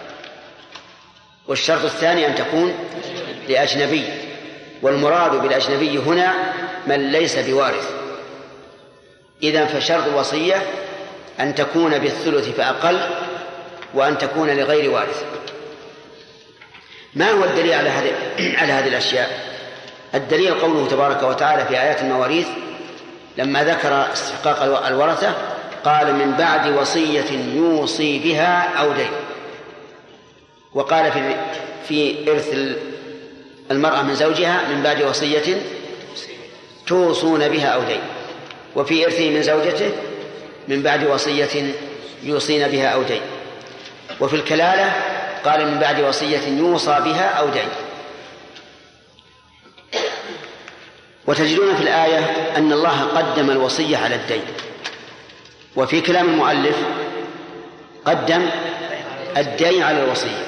والشرط الثاني أن تكون لأجنبي، والمراد بالأجنبي هنا من ليس بوارث. إذن فشرط الوصية أن تكون بالثلث فأقل وأن تكون لغير وارث. ما هو الدليل على هذه على هذه الأشياء؟ الدليل قوله تبارك وتعالى في آيات المواريث لما ذكر استحقاق الورثة قال من بعد وصية يوصي بها أو دين، وقال في في إرث المرأة من زوجها من بعد وصية توصون بها أو دين، وفي إرثه من زوجته من بعد وصية يوصين بها أو دين، وفي الكلالة قال من بعد وصية يوصى بها أو دين. وتجدون في الآية أن الله قدم الوصية على الدين، وفي كلام المؤلف قدم الدين على الوصية،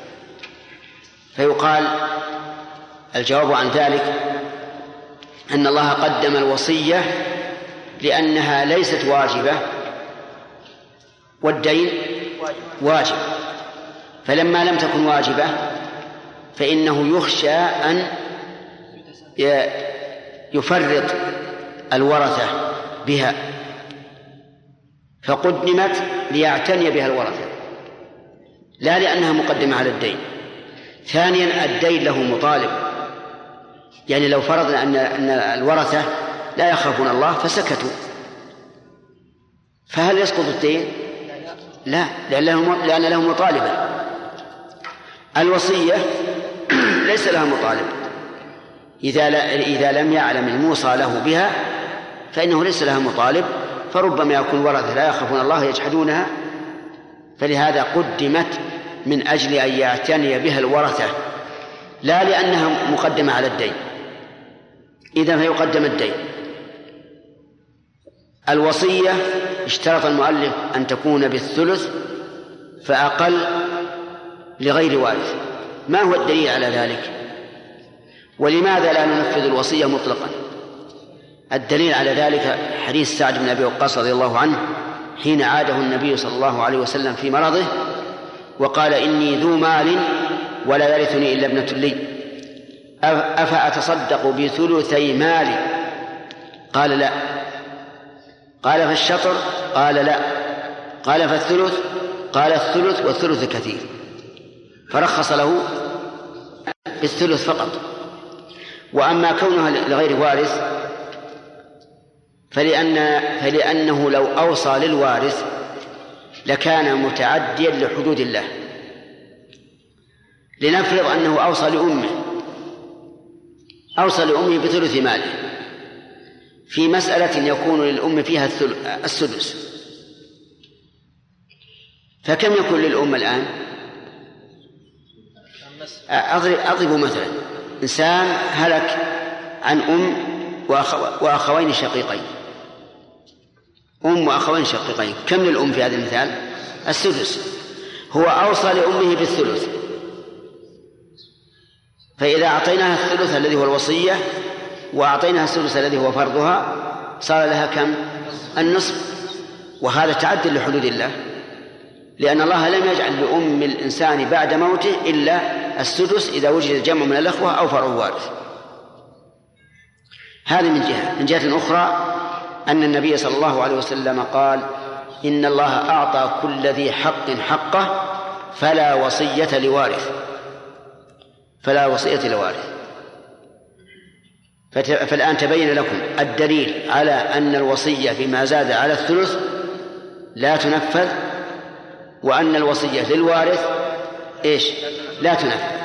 فيقال الجواب عن ذلك أن الله قدم الوصية لأنها ليست واجبة والدين واجب، فلما لم تكن واجبة فإنه يخشى أن يفرط الورثة بها، فقدمت ليعتني بها الورثة لا لأنها مقدمة على الدين. ثانيا الدين له مطالب، يعني لو فرضنا أن الورثة لا يخافون الله فسكتوا فهل يسقط الدين؟ لا، لأن له مطالبة. الوصية ليس لها مطالب، إذا, إذا لم يعلم الموصى له بها فإنه ليس لها مطالب، فربما يكون ورثة لا يخافون الله يجحدونها، فلهذا قدمت من أجل أن يعتني بها الورثة لا لأنها مقدمة على الدين. إذن فيقدم الدين. الوصية اشترط المؤلف أن تكون بالثلث فأقل لغير وارث. ما هو الدليل على ذلك؟ ولماذا لا ننفذ الوصية مطلقا؟ الدليل على ذلك حديث سعد بن أبي وقاص رضي الله عنه حين عاده النبي صلى الله عليه وسلم في مرضه وقال إني ذو مال ولا يرثني إلا ابنة لي أفأتصدق بثلثي مالي؟ قال لا. قال فالشطر؟ قال لا. قال فالثلث؟ قال الثلث والثلث كثير، فرخص له بالثلث فقط. وأما كونها لغير وارث فلأن فلأنه لو أوصى للوارث لكان متعديا لحدود الله. لنفرض أنه أوصى لأمه أوصى لأمه بثلث ماله في مسألة يكون للأم فيها السدس، فكم يكون للأم الآن؟ أضرب مثلا إنسان هلك عن أم وأخوين شقيقين، أم وأخوين شقيقين، كم للأم في هذا المثال؟ السدس. هو أوصى لأمه بالثلث، فإذا أعطيناها الثلث الذي هو الوصية وأعطيناها الثلث الذي هو فرضها صار لها كم؟ النصف. وهذا تعدل لحدود الله، لأن الله لم يجعل لأم الإنسان بعد موته إلا السدس إذا وجد جمع من الأخوة أو فرع وارث. هذا من جهة. من جهة أخرى أن النبي صلى الله عليه وسلم قال إن الله أعطى كل ذي حق حقه فلا وصية لوارث فلا وصية لوارث. فالآن تبين لكم الدليل على أن الوصية بما زاد على الثلث لا تنفذ وأن الوصية للوارث إيش؟ لا تنفذ.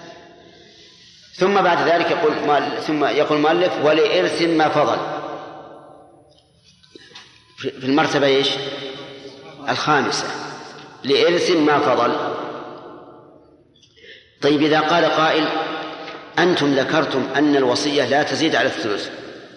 ثم بعد ذلك يقول ثم يقول المؤلف ولإرث ما فضل في المرتبة إيش؟ الخامسة، لإرث ما فضل. طيب إذا قال قائل أنتم ذكرتم أن الوصية لا تزيد على الثلث،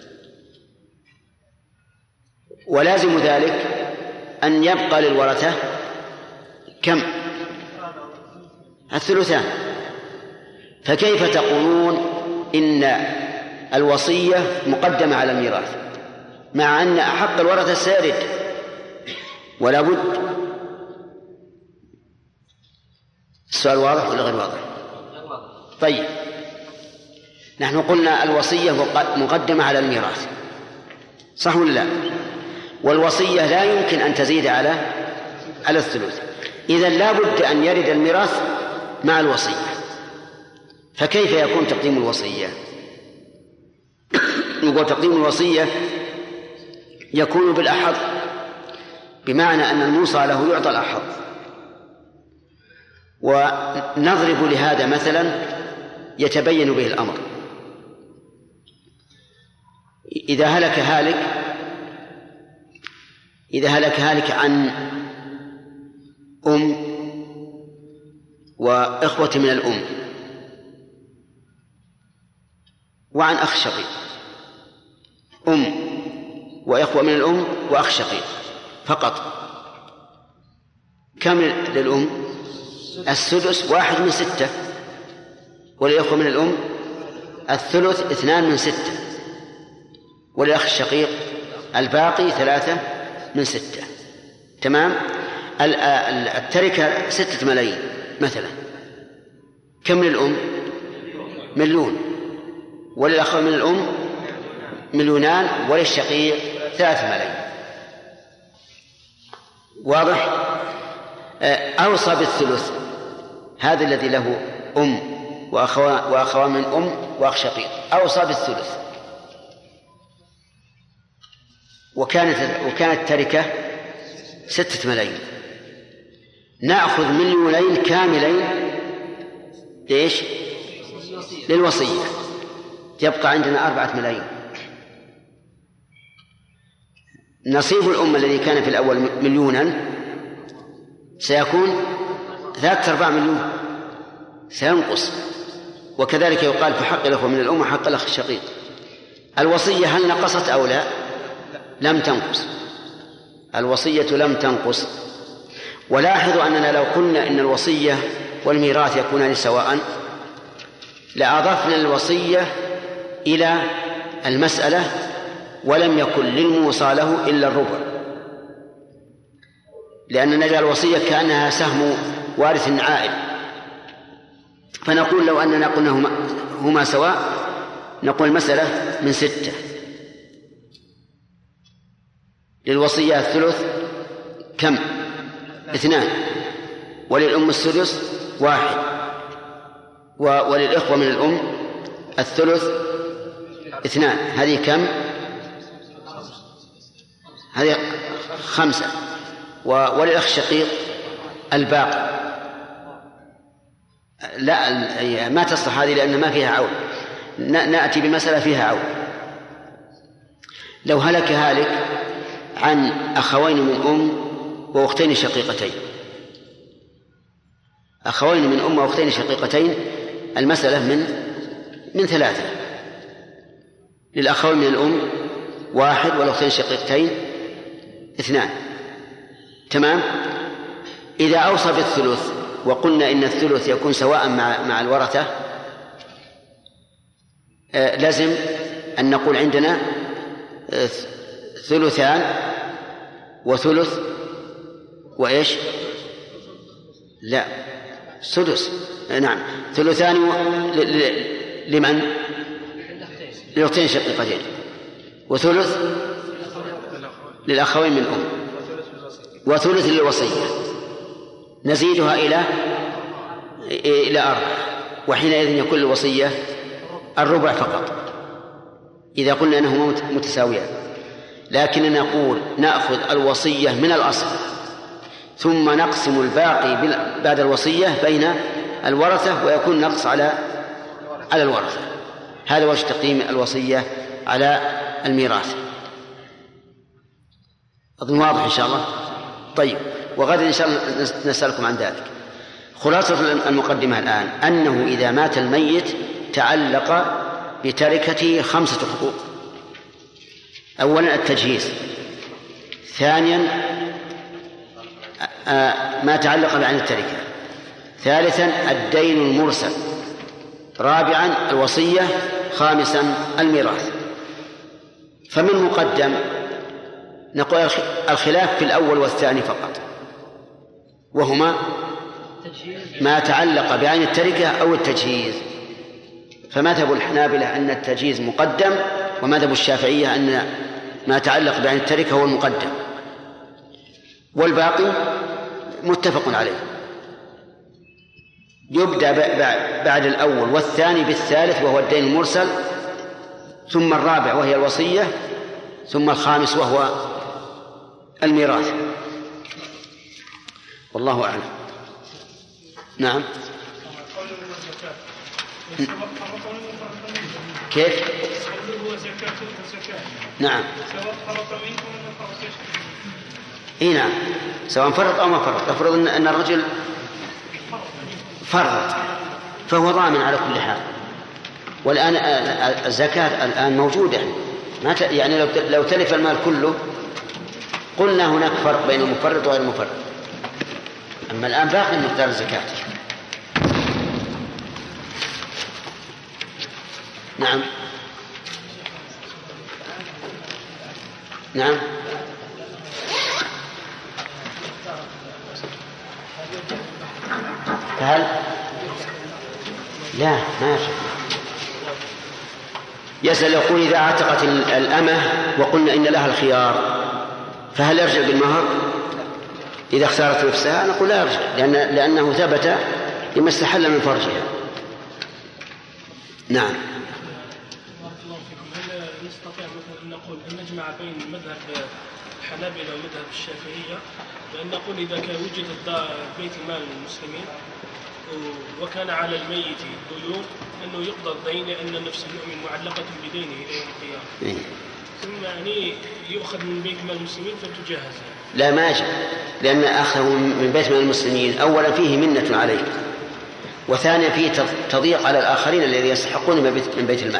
ولازم ذلك أن يبقى للورثة كم؟ الثلثان. فكيف تقولون إن الوصية مقدمة على الميراث مع أن أحق الورثة سيرد ولا بد؟ السؤال واضح ولا غير واضح؟ طيب نحن قلنا الوصية مقدمة على الميراث، صح ولا لا؟ والوصية لا يمكن أن تزيد على على الثلث، إذن لا بد أن يرد الميراث مع الوصية. فكيف يكون تقديم الوصية؟ يقول تقديم الوصية يكون بالأحظ، بمعنى أن الموصى له يعطى الأحظ. ونضرب لهذا مثلا يتبين به الأمر. إذا هلك هالك إذا هلك هالك عن أم وإخوة من الأم وعن أخ شقيق، أم وإخوة من الأم وأخ شقيق فقط، كم للأم؟ السدس، واحد من ستة، وللإخوة من الأم الثلث، اثنان من ستة، وللأخ الشقيق الباقي ثلاثة من ستة. تمام؟ التركة ستة ملايين مثلا، كم للأم؟ مليون، وللأخوة من الأم مليونان، وللشقيق ثلاث ملايين. واضح؟ أوصى بالثلث هذا الذي له أم وأخوان من أم وأخ شقيق، أوصى بالثلث، وكانت وكانت تركة ستة ملايين. نأخذ مليونين كاملين ليش؟ للوصية، يبقى عندنا أربعة ملايين. نصيب الأم الذي كان في الأول مليونا سيكون ثلاثة أرباع مليون، سينقص. وكذلك يقال في حق الأخوة من الأم وحق الأخ الشقيق. الوصية هل نقصت أو لا؟ لم تنقص، الوصية لم تنقص. ولاحظوا أننا لو قلنا إن الوصية والميراث يكونان سواء لأضفنا الوصية إلى المسألة ولم يكن للموصى له إلا الربع، لأن نجعل الوصية كأنها سهم وارث عائل. فنقول لو أننا قلنا هما, هما سواء نقول المسألة من ستة، للوصية الثلث كم؟ اثنان، وللأم السدس واحد، وللإخوة من الأم الثلث اثنان، هذه كم؟ هذه خمسة، وللأخ الشقيق الباقي. لا ما تصلح هذه لأن ما فيها عول، نأتي بمسألة فيها عول. لو هلك هالك عن أخوين من أم وأختين شقيقتين، أخوين من أم وأختين شقيقتين، المسألة من من ثلاثة، للأخوين من الأم واحد، والأختين شقيقتين اثنان. تمام؟ إذا أوصى بالثلث وقلنا إن الثلث يكون سواء مع مع الورثة، آه لازم أن نقول عندنا آه ثلثان وثلث وإيش؟ لا سدس. نعم، ثلثان لمن؟ للأختين شقيقتين، وثلث للأخوين من أم، وثلث للوصية. نزيدها إلى إلى أربع، وحينئذ يكون الوصية الربع فقط إذا قلنا أنهما متساويان. لكننا نقول نأخذ الوصية من الأصل، ثم نقسم الباقي بعد الوصية بين الورثة ويكون نقص على على الورثة. هذا وجه تقييم الوصية على الميراث. أظن واضح إن شاء الله. طيب، وغدا إن شاء الله نسألكم عن ذلك. خلاصة المقدمة الآن أنه إذا مات الميت تعلق بتركته خمسة حقوق: أولا التجهيز، ثانيا ما تعلق بعين التركة، ثالثا الدين المرسل، رابعا الوصية، خامسا الميراث. فمن مقدم نقول الخلاف في الأول والثاني فقط، وهما ما تعلق بعين التركة أو التجهيز. فمذهب الحنابلة أن التجهيز مقدم، ومذهب الشافعية أن ما تعلق بعين التركة هو المقدم، والباقي متفق عليه. يبدأ بعد الأول والثاني بالثالث وهو الدين المرسل، ثم الرابع وهي الوصية، ثم الخامس وهو الميراث. والله أعلم. نعم. كيف؟ نعم. إيه نعم، سواء فرط أو ما فرط. أفرض أن الرجل فرط فهو ضامن على كل حال. والآن الزكاة الآن موجودة، ما يعني لو لو تلف المال كله قلنا هناك فرق بين المفرط وغير المفرط، أما الآن باقي مقدار الزكاة. نعم. نعم. فهل لا ما يرجع. يسأل يقول إذا اعتقت الأمة وقلنا إن لها الخيار فهل يرجع بالمهر إذا اختارت نفسها؟ نقول لا يرجع، لأن لأنه ثبت لما استحل من فرجها. نعم. هل نستطيع مثلا أن نقول أن نجمع بين مذهب الحنابلة ومذهب الشافعية بأن نقول إذا كان وجد بيت المال للمسلمين وكان على الميت ديون أنه يقضى الدين لأن نفس المؤمن معلقة بدينه إلى يوم القيامة، ثم يعني يؤخذ من بيت مال المسلمين فتجهز؟ لا ما يجب، لأن أخذه من بيت مال المسلمين أولا فيه منة عليه، وثانيا فيه تضييق على الآخرين الذين يستحقون من بيت المال،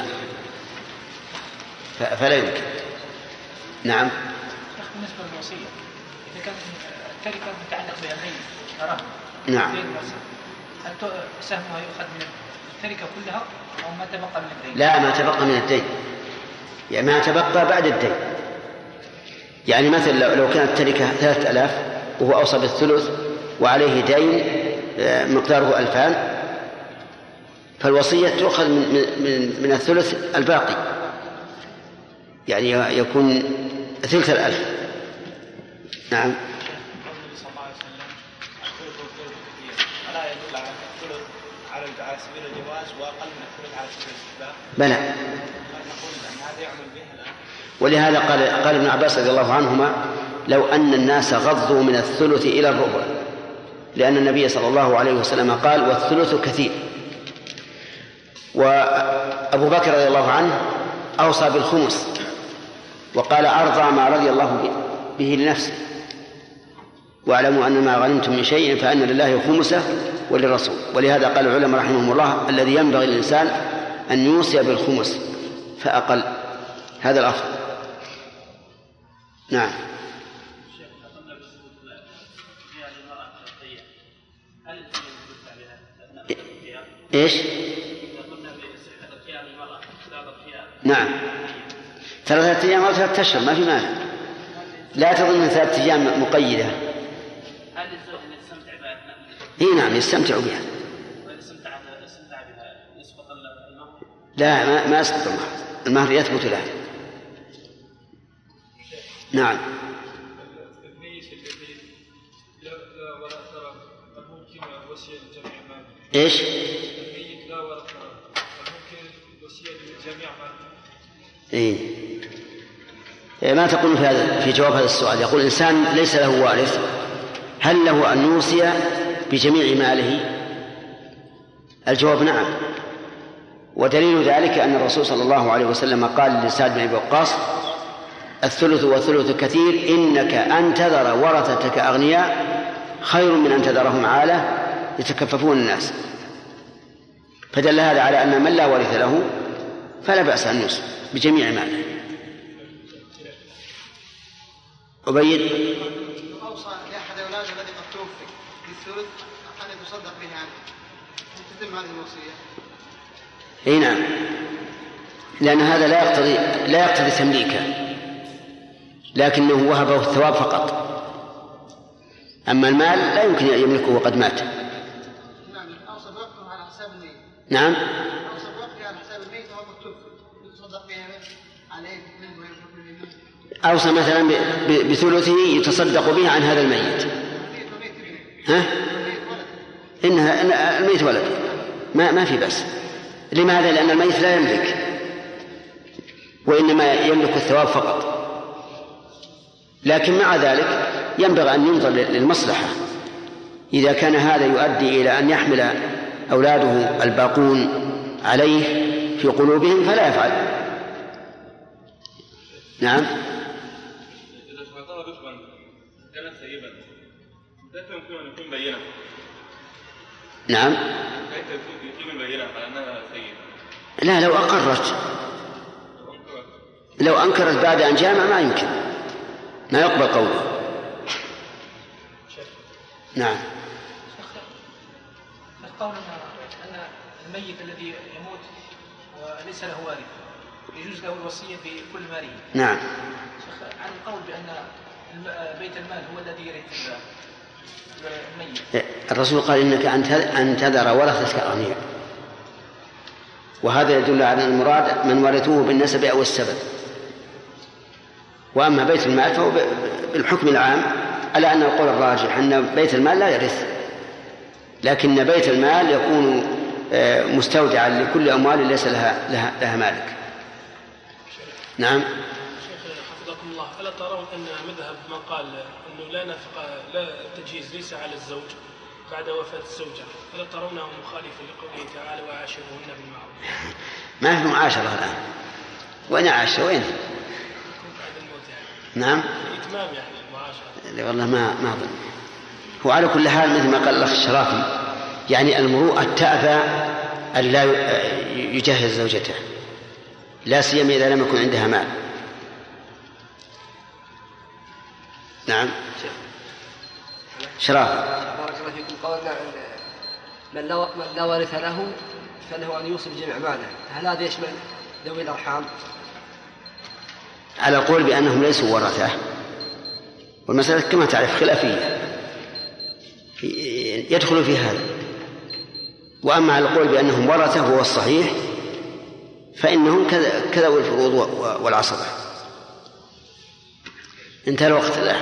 فلا يمكن. نعم. بالنسبة للوصية إذا كانت التركة متعلق بأمين أراه نعم، هل سهمها يؤخذ من التركة كلها أو ما تبقى من الدين؟ لا، ما تبقى من الدين، يعني ما تبقى بعد الدين. يعني مثلا لو كانت التركة ثلاثة ألاف وهو أوصى بالثلث وعليه دين مقداره ألفان، فالوصية تؤخذ من, من, من الثلث الباقي، يعني يكون ثلث الألف. نعم. على سبيل الجواز وأقل من الثلث على سبيل الاستحباب؟ بلى. ولهذا قال قال ابن عباس رضي الله عنهما: لو أن الناس غضوا من الثلث إلى الربع، لأن النبي صلى الله عليه وسلم قال: والثلث كثير. وأبو بكر رضي الله عنه أوصى بالخمس وقال: أرضى ما رضي الله به لنفسه، واعلموا أن ما غنمتم من شيء فأن لله خمسه وللرسول. ولهذا قال العلماء رحمهم الله: الذي ينبغي للإنسان أن يوصي بالخمس فأقل، هذا الأفضل. نعم. إيش؟ نعم، ثلاثة أيام أو ثلاثة أشهر ما في مانع، لا تظن ثلاثة أيام مقيدة. هل الزوج يستمتع بها؟ إيه نعم، يستمتع بها. وإذا استمتع بها يسقط المهر؟ لا، ما ما يسقط المهر، المهر يثبت له. نعم. إيش؟ إيه؟ ما تقول في هذا في جواب هذا السؤال؟ يقول إنسان ليس له وارث هل له أن يوصي بجميع ماله؟ الجواب نعم، ودليل ذلك أن الرسول صلى الله عليه وسلم قال لسعد بن أبي وقاص: الثلث والثلث كثير، إنك أن تذر ورثتك أغنياء خير من أن تذرهم عالة يتكففون الناس. فدل هذا على أن من لا ورث له فلا بأس أن يوصي بجميع ماله. أبيد أوصى لأحد أولاده الذي قد توفي بالثلث أن يتصدق به عنه، تتم هذه الوصية؟ اي نعم، لأن هذا لا يقتضي لا يقتضي تمليكه، لكنه وهبه الثواب فقط. أما المال لا يمكن أن يملكه وقد مات. نعم، أوصى بوقته على حساب الميت. نعم، أوصى بوقته على حساب الميت وهو مكتوب يتصدق به عليه منه ويملك منه. أوصى مثلا بثلثه يتصدق به عن هذا الميت. ها؟ إنها الميت ولد ما ما في بس. لماذا؟ لأن الميت لا يملك، وإنما يملك الثواب فقط. لكن مع ذلك ينبغي أن ينظر للمصلحة. إذا كان هذا يؤدي إلى أن يحمل أولاده الباقون عليه في قلوبهم فلا يفعل. نعم. إذا سمعتها رشوا كانت سيبا كيف يمكن أن يكون بينة؟ نعم. كيف يكون بينة على أنها سيبا؟ لا، لو أقرت لو أنكرت بعد أن جامع ما يمكن، ما يقبل قوله. نعم. القول أن الميت الذي يموت وليس له وارث يجوز له الوصية بكل ماله. نعم. عن القول بأن بيت المال هو الذي يرث الميت. الرسول قال: إنك أن تذر ورثتك أغنياء، وهذا يدل على المراد من ورثوه بالنسب أو السبب. وأما بيت المال فهو بالحكم العام، على أن القول الراجح أن بيت المال لا يرث، لكن بيت المال يكون مستودعا لكل أموال ليس لها, لها, لها مالك. نعم. شيخ حفظكم الله، ألا ترون أن مذهب من قال أنه لا نفقة لا تجهيز ليس على الزوج بعد وفاة الزوجة، ألا ترونه مخالفا لقوله تعالى: وعاشرهن بالمعروف؟ ما في معاشرة الآن، وين عاشر وين؟ نعم. الإتمام يعني المعاشرة. والله ما ما أظن. هو على كل حال مثل ما قال الأخ الشرافي، يعني المروءة تأبى أن لا يجهز زوجته، لا سيما إذا لم يكن عندها مال. نعم. شراف. بارك الله فيكم. قولنا من لا من لا وارث له فله أن يوصي بجميع ماله، هل هذا يشمل ذوي الأرحام؟ على القول بأنهم ليسوا ورثة، والمسألة كما تعرف خلافية يدخل في هذا. وأما على القول بأنهم ورثة هو الصحيح، فإنهم كذوي الفروض والعصبة. انتهى الوقت الآن.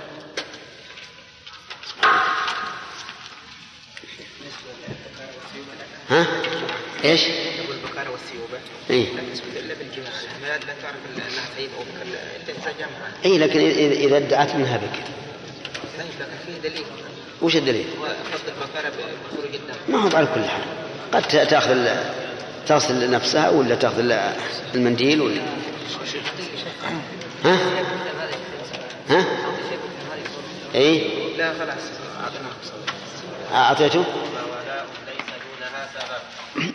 ها؟ إيش؟ يقول البكارة والثيوبة. إيه. لا تثبت إلا بالجهة، لا تعرف أنها ثيب أو بكر، أنت تجمعها. إيه، لكن إذا ادعت منها بكر. طيب، لكن فيه دليل. وش الدليل؟ هو فضل البكارة بخروج الدم. ما هو على كل حال، قد تأخذ تغسل نفسها ولا تأخذ المنديل ولا. ها؟ ها؟ إيه؟ لا خلاص أعطيته؟ وولاء ليس دونها سبب.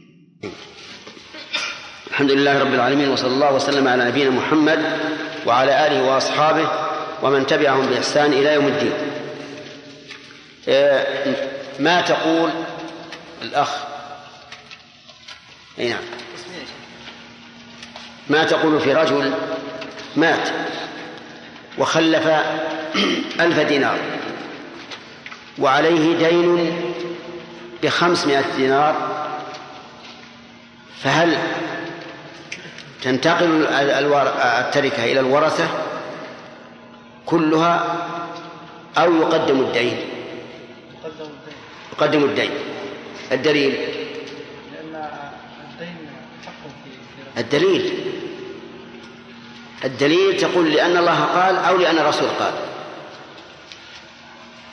الحمد لله رب العالمين، وصلى الله وسلم على نبينا محمد وعلى آله وأصحابه ومن تبعهم بإحسان إلى يوم الدين. ما تقول الأخ؟ أي نعم. ما تقول في رجل مات وخلف ألف دينار وعليه دين بخمسمائة دينار، فهل تنتقل التركة إلى الورثة كلها أو يقدم الدين؟ يقدم الدين. الدليل؟ لأن الدين حق في الدليل الدليل تقول لأن الله قال أو لأن الرسول قال.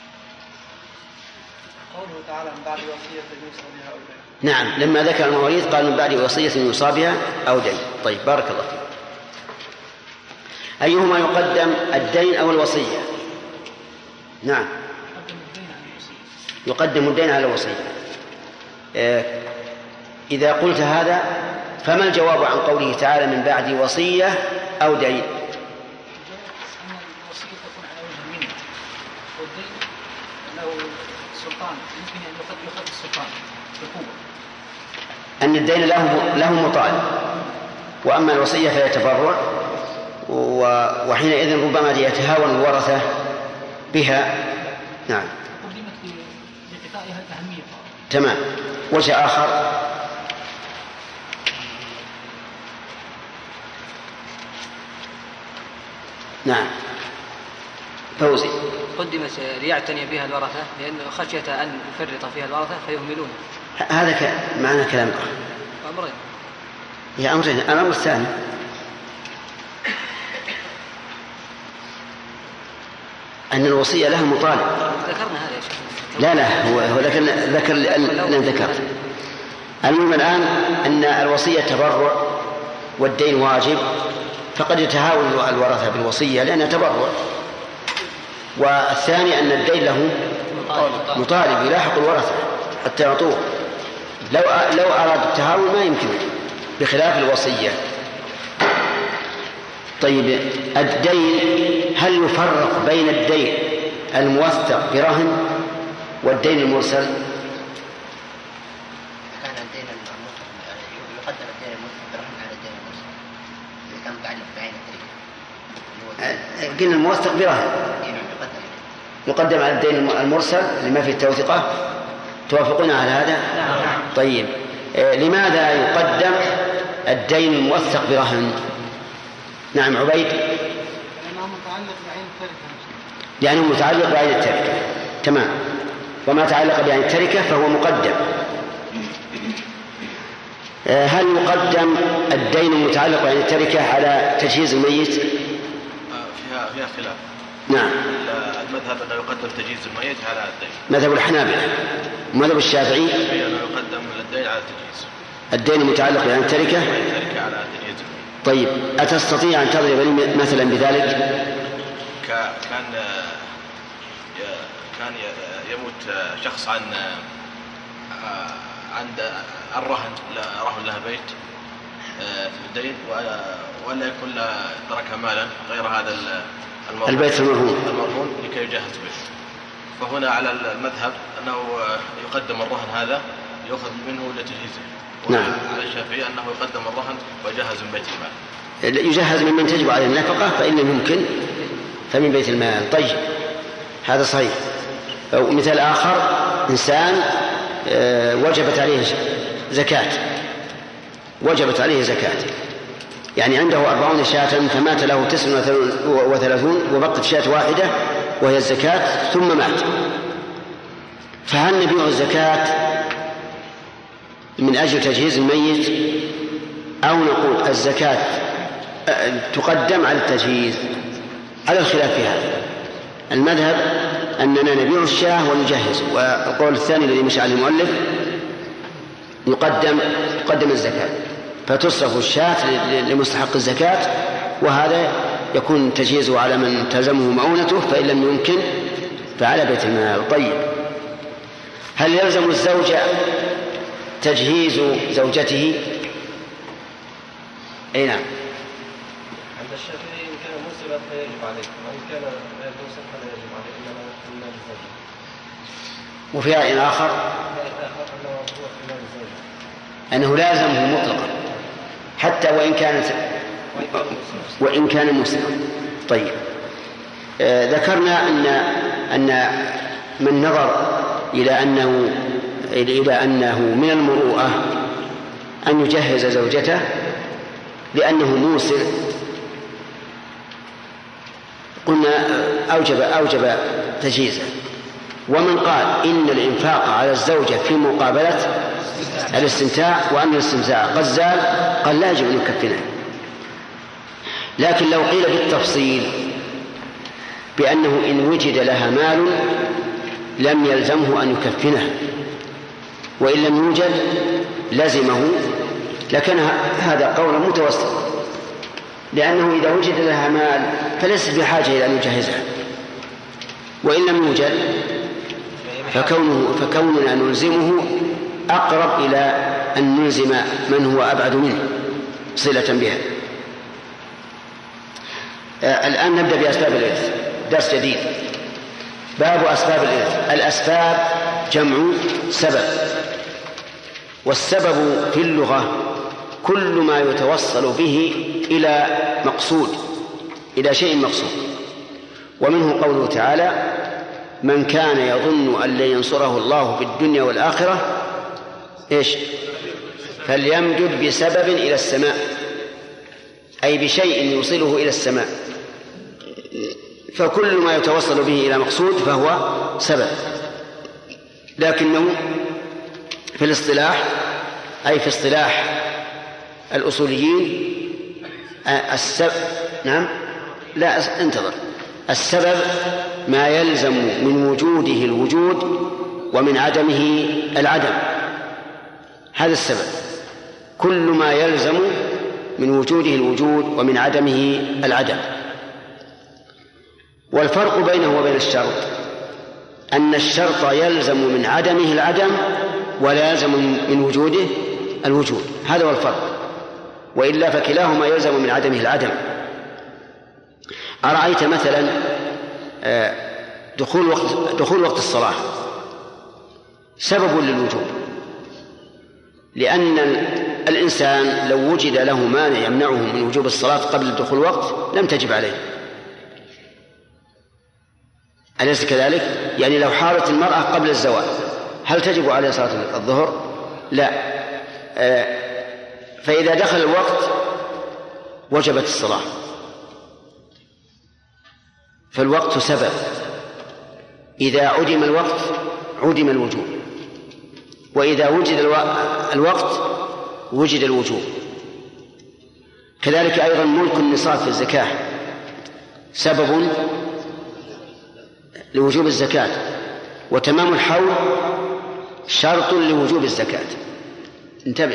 نعم، لما ذكر المواريث قال من بعد وصية يوصى بها أو دين. طيب، بارك الله فيك. أيهما يقدم، الدين أو الوصية؟ نعم، يقدم الدين على الوصية. إذا قلت هذا فما الجواب عن قوله تعالى من بعد وصية أو دين؟ الوصية تكون على وجه المنة، والدين له سلطان، يمكن أن يخذ السلطان بقوة. أن الدين له له مطالب، وأما الوصية فهي تبرع، وحينئذ ربما يتهاون الورثة بها. نعم، قدمت لإعطائها الأهمية. تمام. وجه آخر، نعم فوزي. قدمت ليعتني بها الورثة لأنه خشية أن يفرط فيها الورثة فيهملون. هذا ك... معنى كلام آخر. أمرين. يا أمرين. الأمر الثاني أن الوصية لها مطالب. ذكرنا هذا يا شيخ. لا لا هو, هو ذكر ذكر لن ذكرت. المهم الآن أن الوصية تبرع والدين واجب، فقد يتهاون الورثة بالوصية لأنها تبرع. والثاني أن الدين له مطالب يلاحق الورثة حتى يعطوه. لو لو أراد التهاون ما يمكن بخلاف الوصية. طيب، الدين هل يفرق بين الدين الموثق برهن والدين المرسل؟ كان الدين الموثق يقدم الدين الموثق برهن على الدين المرسل إذا كان متعلق بعين الدين. قلنا الموثق برهن يقدم على الدين المرسل لما فيه التوثيقة. توافقون على هذا؟ نعم. طيب، لماذا يقدم الدين الموثق برهن؟ نعم عبيد. لأنه متعلق بعين التركة. لأنه متعلق بعين التركة. تمام. وما تعلق بعين التركة فهو مقدم. هل يقدم الدين المتعلق بعين التركة على تجهيز الميت؟ فيها فيها خلاف. نعم. المذهب أنه يقدم تجهيز الميت على الدين. مذهب الحنابلة. مذهب الشافعي أنه يقدم الدين على التجهيز. الدين المتعلق بعين التركة على التجهيز. طيب، أتستطيع أن تضرب لي مثلا بذلك؟ كان كان يموت شخص عن عند الرهن، رهن له بيت في الدين ولا يكون ترك مالا غير هذا المرهون البيت المرهون المرهون لكي يجهز به. فهنا على المذهب أنه يقدم الرهن هذا يأخذ منه لتجهيزه. نعم. على الشافعي أنه يقدم الرهن ويجهز من بيت المال. يجهز ممن تجب عليه النفقة، فإن لم يمكن فمن بيت المال. طيب، هذا صحيح. مثال آخر، إنسان وجبت عليه زكاة وجبت عليه زكاة يعني عنده أربعون شاة فمات له تسع وثلاثون وبقت شاة واحدة وهي الزكاة ثم مات. فهل نبيع الزكاة من أجل تجهيز الميت أو نقول الزكاة تقدم على التجهيز؟ على الخلاف في هذا. المذهب أننا نبيع الشاة ونجهز، والقول الثاني الذي مشى عليه المؤلف يقدم يقدم الزكاة فتصرف الشاة لمستحق الزكاة، وهذا يكون تجهيزه على من تلزمه مؤونته، فإن لم يمكن فعلى بيت المال. طيب، هل يلزم الزوجة تجهيز زوجته؟ أي نعم. عند الشافعي إن كان مسلما فيجب عليه، وإن كان غير مسلم فلا يجب عليه، إنما في مال الزوجة. وفي رأي آخر أنه لازمه مطلقا حتى وإن كانت وإن كان مسلما. طيب، آه ذكرنا أن أن من نظر إلى أنه إلى أنه من المروءة أن يجهز زوجته لأنه موسر، قلنا أوجب أوجب تجهيزه. ومن قال إن الإنفاق على الزوجة في مقابلة الاستمتاع وأن الاستمتاع قد زال قال لا يجب أن يكفنه. لكن لو قيل بالتفصيل بأنه إن وجد لها مال لم يلزمه أن يكفنه، وإن لم يوجد لزمه لكان هذا قولا متوسط، لأنه إذا وجد لها مال فليس بحاجة إلى أن يجهزها، وإن لم يوجد فكونه فكوننا نلزمه أقرب إلى أن نلزم من هو أبعد منه صلة بها. آه الآن نبدأ بأسباب الإرث، درس جديد. باب أسباب الإرث. الأسباب جمع سبب، والسبب في اللغة كل ما يتوصل به إلى مقصود، إلى شيء مقصود. ومنه قوله تعالى: من كان يظن أن لن ينصره الله في الدنيا والآخرة إيش؟ فليمدد بسبب إلى السماء، أي بشيء يوصله إلى السماء. فكل ما يتوصل به إلى مقصود فهو سبب، لكنه في الاصطلاح أي في اصطلاح الأصوليين السبب نعم لا انتظر السبب ما يلزم من وجوده الوجود ومن عدمه العدم. هذا السبب، كل ما يلزم من وجوده الوجود ومن عدمه العدم. والفرق بينه وبين الشرط أن الشرط يلزم من عدمه العدم ولا يلزم من وجوده الوجود، هذا هو الفرق، وإلا فكلاهما يلزم من عدمه العدم. أرأيت مثلا دخول وقت, دخول وقت الصلاة سبب للوجوب، لأن الإنسان لو وجد له مانع يمنعه من وجوب الصلاة قبل دخول الوقت لم تجب عليه، أليس كذلك؟ يعني لو حارت المرأة قبل الزواج هل تجب عليها صلاة الظهر؟ لا. فإذا دخل الوقت وجبت الصلاة، فالوقت سبب، إذا عدم الوقت عدم الوجوب، وإذا وجد الوقت وجد الوجوب. كذلك أيضا ملك النصاب في الزكاة سبب لوجوب الزكاة، وتمام الحول شرط لوجوب الزكاة. انتبه،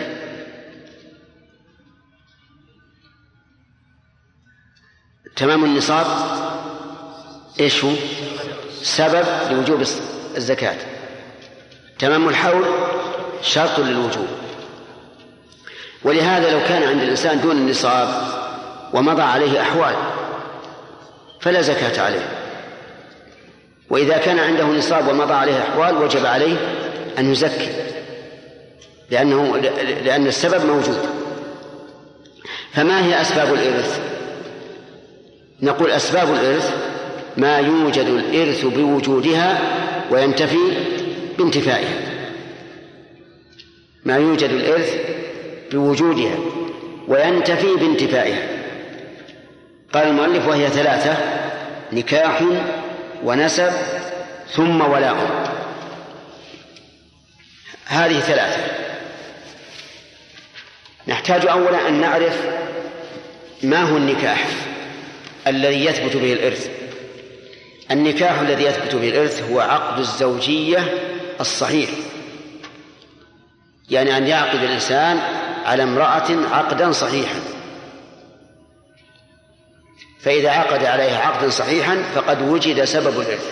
تمام النصاب ايش هو؟ سبب لوجوب الزكاة. تمام الحول شرط للوجوب. ولهذا لو كان عند الإنسان دون النصاب ومضى عليه أحوال فلا زكاة عليه، وإذا كان عنده نصاب ومضى عليه أحوال وجب عليه أن يزكي، لأنه لأن السبب موجود. فما هي أسباب الإرث؟ نقول أسباب الإرث ما يوجد الإرث بوجودها وينتفي بانتفائها، ما يوجد الإرث بوجودها وينتفي بانتفائها. قال المؤلف: وهي ثلاثة: نكاح ونسب ثم ولاء. هذه ثلاثة. نحتاج أولا أن نعرف ما هو النكاح الذي يثبت به الإرث. النكاح الذي يثبت به الإرث هو عقد الزوجية الصحيح، يعني أن يعقد الإنسان على امرأة عقدا صحيحا، فإذا عقد عليها عقدا صحيحا فقد وجد سبب الإرث.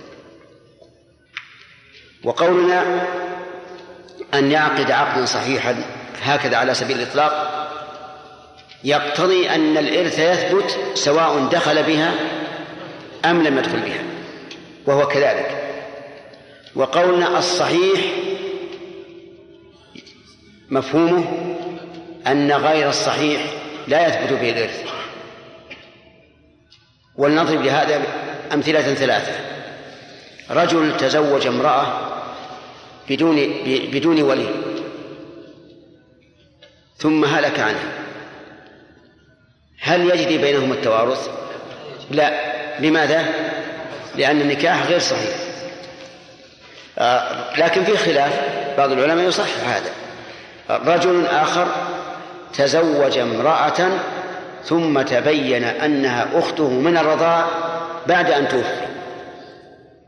وقولنا أن يعقد عقدا صحيحا هكذا على سبيل الإطلاق يقتضي أن الإرث يثبت سواء دخل بها أم لم يدخل بها، وهو كذلك. وقولنا الصحيح مفهومه أن غير الصحيح لا يثبت به الإرث. ولنضرب لهذا أمثلة ثلاثة: رجل تزوج امرأة بدون بدون ولي ثم هلك عنها، هل يجري بينهم التوارث؟ لا. لماذا؟ لأن النكاح غير صحيح. آه لكن في خلاف، بعض العلماء يصحح هذا. رجل آخر تزوج امرأة ثم تبين أنها أخته من الرضاع بعد أن توفي،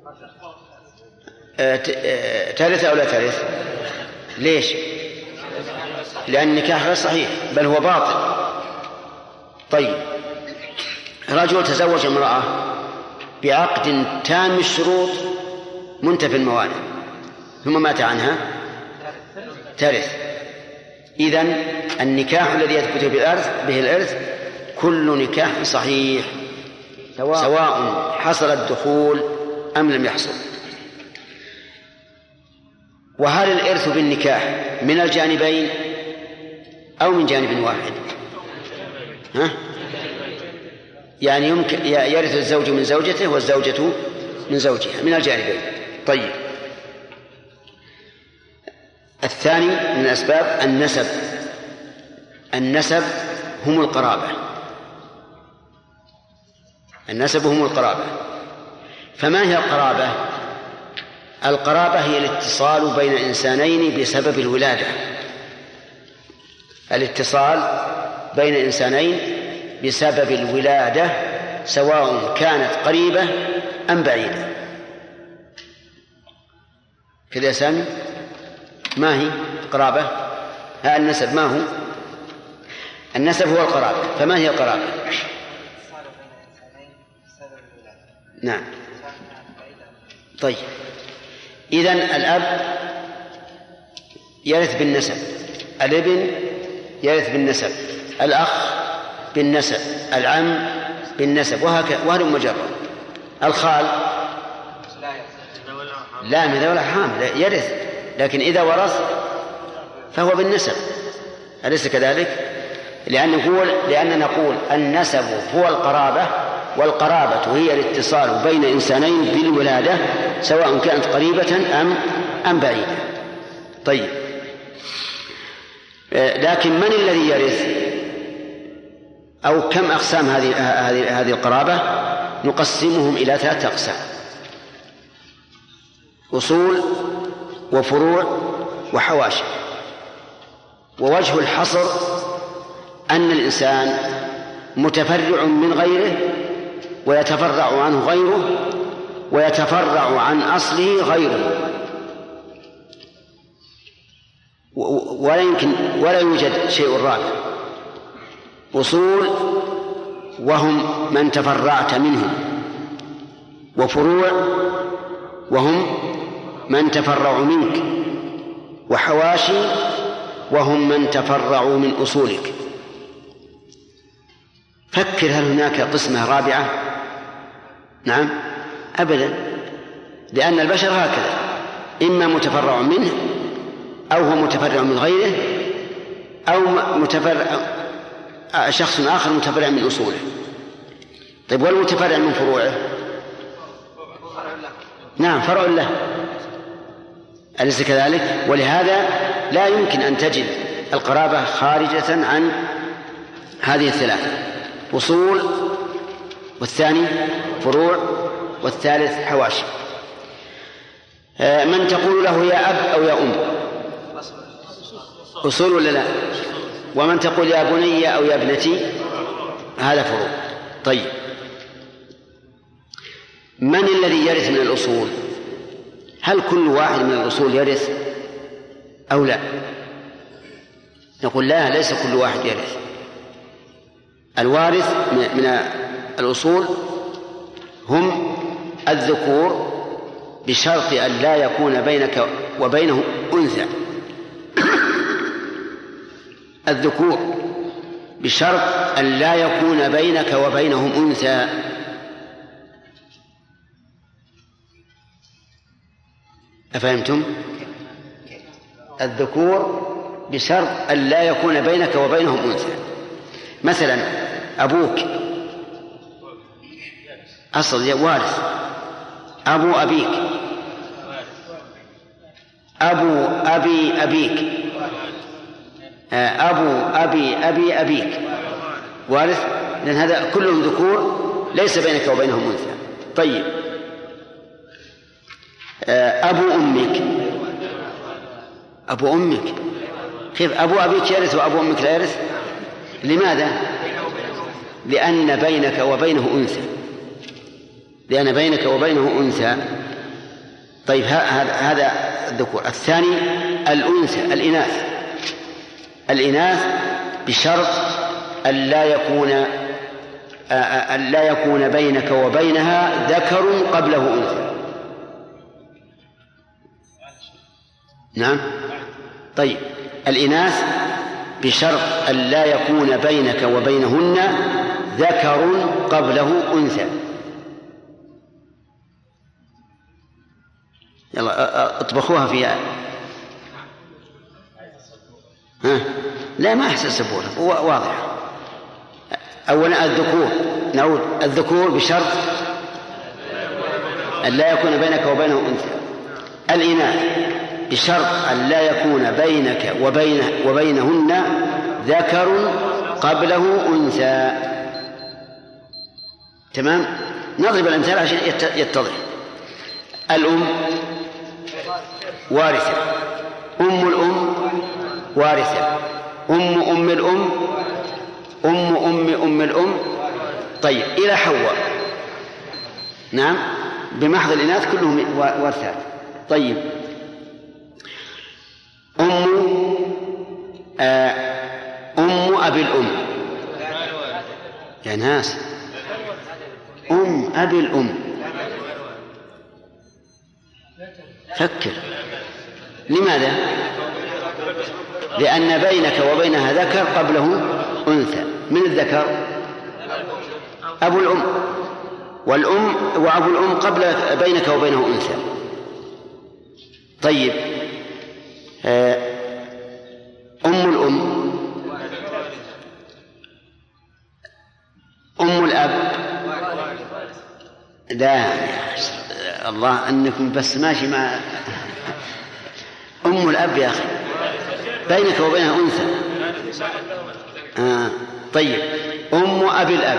آه ترث أو لا ترث؟ ليش؟ لأن النكاح غير صحيح بل هو باطل. طيب، رجل تزوج امرأة بعقد تام الشروط منتفي الموانع ثم مات عنها، ترث. إذن النكاح الذي يثبت به الإرث كل نكاح صحيح سواء حصل الدخول أم لم يحصل. وهل الإرث بالنكاح من الجانبين أو من جانب واحد؟ ها؟ يعني يمكن يرث الزوج من زوجته والزوجة من زوجها، من الجانبين. طيب، الثاني من الأسباب النسب. النسب هم القرابة، النسب هم القرابة. فما هي القرابة؟ القرابة هي الاتصال بين إنسانين بسبب الولادة، الاتصال بين إنسانين بسبب الولادة سواء كانت قريبة أم بعيدة. كذا يا سامي؟ ما هي قرابة؟ ها النسب ما هو؟ النسب هو القرابة. فما هي القرابة؟ نعم. طيب، إذن الأب يرث بالنسب، الابن يرث بالنسب، الأخ بالنسب، العم بالنسب، وهكذا وهذا مجرد. الخال لا من ذوي الأرحام يرث، لكن إذا ورث فهو بالنسب، أليس كذلك؟ لأن نقول لأن نقول النسب هو القرابة، والقرابة هي الاتصال بين إنسانين بالولادة سواء كانت قريبة أم أم بعيدة. طيب، لكن من الذي يرث؟ أو كم أقسام هذه هذه هذه القرابة؟ نقسمهم إلى ثلاثة أقسام: أصول وفروع وحواشي. ووجه الحصر أن الإنسان متفرع من غيره ويتفرع عنه غيره ويتفرع عن أصله غيره، ولا يمكن ولا يوجد شيء رابع. أصول وهم من تفرعت منهم، وفروع وهم من تفرعوا منك، وحواشي وهم من تفرعوا من أصولك. فكر، هل هناك قسمة رابعة؟ نعم، أبدا، لأن البشر هكذا، إما متفرع منه أو هو متفرع من غيره أو متفرع شخص آخر متفرع من أصوله. طيب، والمتفرع من فروعه؟ نعم، فرع له، أليس كذلك؟ ولهذا لا يمكن أن تجد القرابة خارجة عن هذه الثلاثة: أصول، والثاني فروع، والثالث حواشي. من تقول له يا أب أو يا أم؟ أصول ولا لا؟ ومن تقول يا بني أو يا ابنتي؟ هذا فروع. طيب، من الذي يرث من الأصول؟ هل كل واحد من الأصول يرث أو لا؟ نقول لا، ليس كل واحد يرث. الوارث من الأصول هم الذكور بشرط أن لا يكون بينك وبينه أنثى. الذكور بشرط أن لا يكون بينك وبينهم أنثى. أفهمتم؟ الذكور بشرط أن لا يكون بينك وبينهم أنثى. مثلا أبوك أصل وارث، أبو أبيك، أبو أبي أبيك، أبو أبي أبي أبيك وارث، لأن هذا كلهم ذكور ليس بينك وبينهم أنثى. طيب، أبو أمك، أبو أمك كيف أبو أبيك يرث وأبو أمك لا يرث؟ لماذا؟ لأن بينك وبينه أنثى، لأن بينك وبينه أنثى. طيب، هذا الذكور. الثاني الأنثى، الإناث. الإناث بشرط أن لا يكون أن لا يكون بينك وبينها ذكر قبله أنثى. نعم. طيب الإناث بشرط أن لا يكون بينك وبينهن ذكر قبله أنثى. يلا اطبخوها فيها. ها؟ لا ما أحسن سبورة واضح. أولا الذكور، نعود الذكور بشرط أن لا يكون بينك وبينه أنثى. الإناث بشرط أن لا يكون بينك وبينه وبينهن ذكر قبله أنثى. تمام. نضرب الأمثال عشان يتضح. الأم وارثة، أم الأم وارثة، أم أم الأم، أم أم أم الأم. طيب إلى حواء. نعم بمحض الإناث كلهم وارثات. طيب أم آه أم أبي الأم يا ناس، أم أبي الأم. فكر لماذا؟ لأن بينك وبينها ذكر قبله أنثى. من الذكر؟ أبو الأم، والأم وأبو الأم قبل بينك وبينه أنثى. طيب أم الأم، أم الأب. لا الله أنكم بس ماشي مع أم الأب يا أخي، بينك وبينها أنثى. آه. طيب أم أبي الأب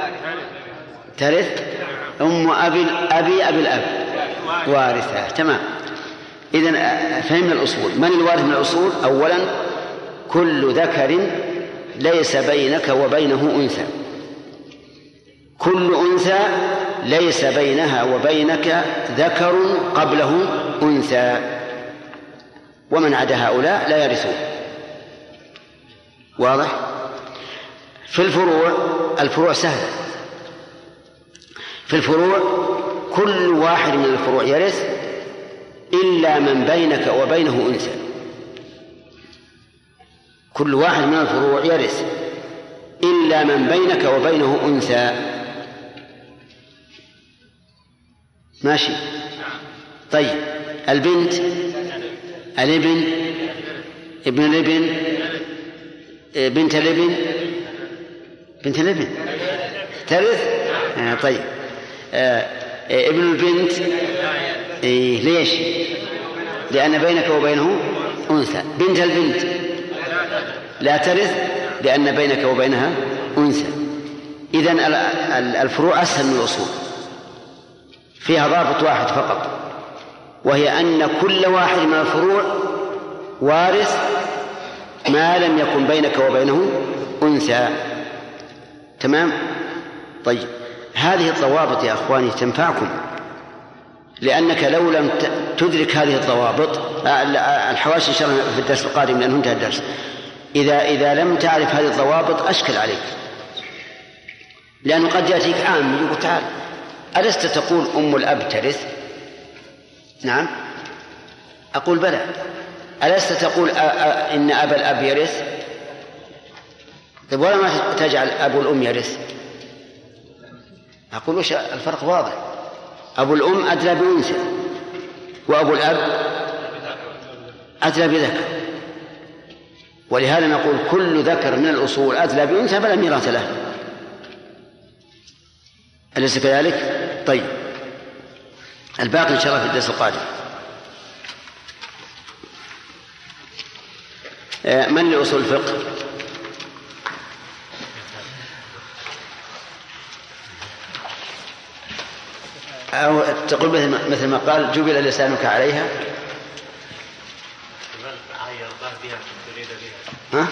ترث، أم أبي أبي أبي الأب وارثة. تمام. إذن فهمنا الأصول. من الوارث من الأصول؟ أولا كل ذكر ليس بينك وبينه أنثى، كل أنثى ليس بينها وبينك ذكر قبله أنثى، ومن عدا هؤلاء لا يرثون. واضح؟ في الفروع، الفروع سهلة. في الفروع كل واحد من الفروع يرث إلا من بينك وبينه أنثى. كل واحد من الفروع يرث إلا من بينك وبينه أنثى. ماشي. طيب البنت، الابن، ابن الابن، بنت الابن، بنت الابن ترث. آه طيب آه ابن البنت. إيه ليش؟ لأن بينك وبينه أنثى. بنت البنت لا ترث لأن بينك وبينها أنثى. إذن الفروع أسهل من الأصول، فيها ضابط واحد فقط، وهي أن كل واحد من الفروع وارث ما لم يكن بينك وبينه أنثى. تمام؟ طيب هذه الضوابط يا أخواني تنفعكم، لأنك لو لم تدرك هذه الضوابط، الحواشي إن شاء الله في الدرس القادم لأنه انتهى الدرس، إذا إذا لم تعرف هذه الضوابط أشكل عليك، لأنه قد يأتيك عام يقول تعال ألست تقول أم الأب ترث؟ نعم أقول بلى. ألست تقول إن أبا الأب يرث؟ طيب ولا ما تجعل أبو الأم يرث؟ أقول وش الفرق واضح. أبو الأم أدلى بأنثى، وأبو الأب أدلى بذكر، ولهذا نقول كل ذكر من الأصول أدلى بأنثى فلا ميراث له. أليس كذلك؟ طيب الباقي إن شاء الله في الدرس القادم. من لأصول الفقه؟ أو تقول مثل ما قال جبل لسانك عليها. ها؟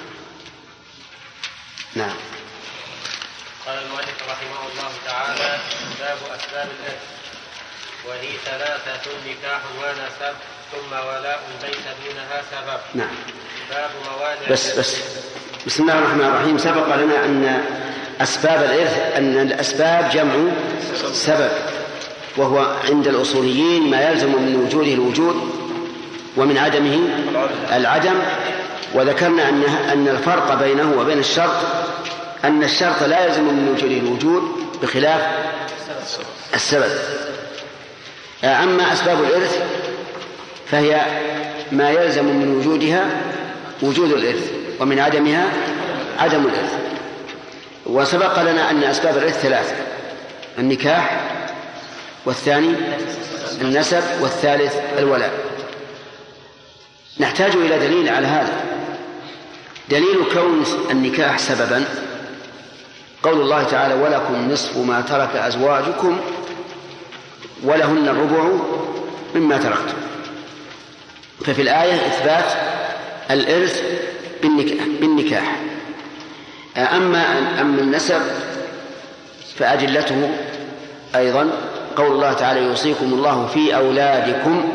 نعم. قال المؤلف رحمه الله تعالى: باب أسباب الإرث، وهي ثلاثة: نكاح ونسب ثم ولاء ليس دونها سبب. نعم. باب موانع. بس بس بسم الله الرحمن الرحيم. سبق لنا أن أسباب الإرث أن الأسباب جمع سبب، وهو عند الأصوليين ما يلزم من وجوده الوجود ومن عدمه العدم. وذكرنا أن أن الفرق بينه وبين الشرط أن الشرط لا يلزم من وجوده الوجود بخلاف السبب. أما أسباب الإرث فهي ما يلزم من وجودها وجود الإرث ومن عدمها عدم الإرث. وسبق لنا أن أسباب الإرث ثلاثة: النكاح، والثاني النسب، والثالث الولاء. نحتاج إلى دليل على هذا. دليل كون النكاح سببا قول الله تعالى: ولكم نصف ما ترك أزواجكم ولهن الربع مما تركتم. ففي الآية إثبات الإرث بالنكاح. أما أما النسب فأدلته أيضا قول الله تعالى: يوصيكم الله في أولادكم،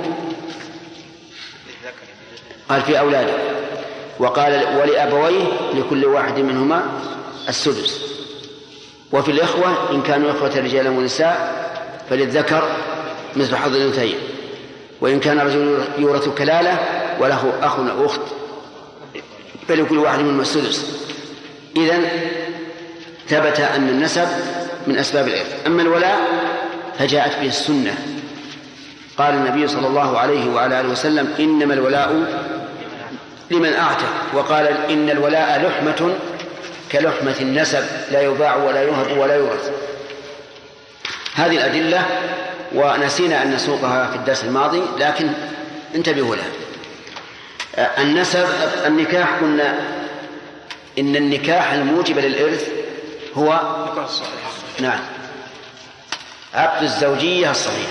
قال في أولادكم، وقال: ولأبويه لكل واحد منهما السدس. وفي الإخوة إن كانوا إخوة رجالا ونساء فللذكر مثل حظ الأنثيين، وإن كان رجل يورث كلالة وله أخ أو أخت فلكل واحد منهما السدس. إذن ثبت أن النسب من أسباب الإرث. أما الولاء فجاءت به السنة. قال النبي صلى الله عليه وعلى آله وسلم: إنما الولاء لمن أعتق. وقال: إن الولاء لحمة كلحمة النسب لا يباع ولا يهب ولا يورث. هذه الأدلة ونسينا أن نسوقها في الدرس الماضي، لكن انتبهوا لها. النسب النكاح قلنا إن النكاح الموجب للإرث هو نعم عقد الزوجية الصحيح،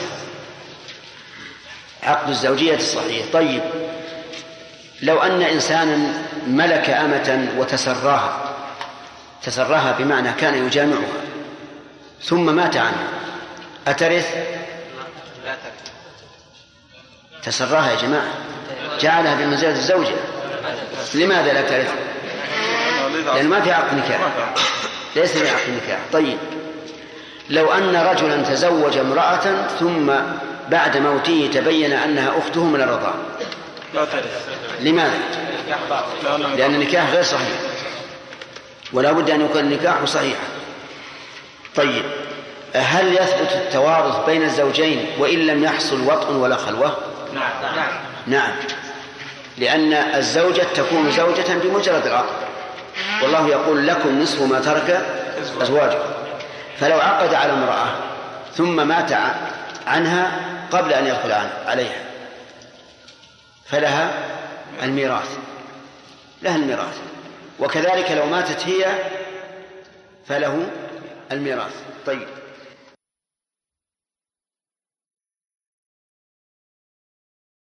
عقد الزوجية الصحيح. طيب، لو أن إنسانا ملك أمة وتسراها، تسراها بمعنى كان يجامعها ثم مات عنها، أترث؟ تسراها يا جماعة، جعلها بمنزلة الزوجة. لماذا لا ترث؟ لأن ما في عقد نكاح، ليس في عقد نكاح. طيب، لو أن رجلا تزوج امرأة ثم بعد موته تبين أنها أخته من الرضاعة، لماذا؟ لأن النكاح غير صحيح، ولا بد أن يكون النكاح صحيحا. طيب، هل يثبت التوارث بين الزوجين وإن لم يحصل وطء ولا خلوة؟ نعم نعم، لأن الزوجة تكون زوجة بمجرد العقد، والله يقول: لكم نصف ما ترك أزواجكم. فلو عقد على امرأة ثم مات عنها قبل أن يدخل عليها فلها الميراث، لها الميراث. وكذلك لو ماتت هي فله الميراث. طيب.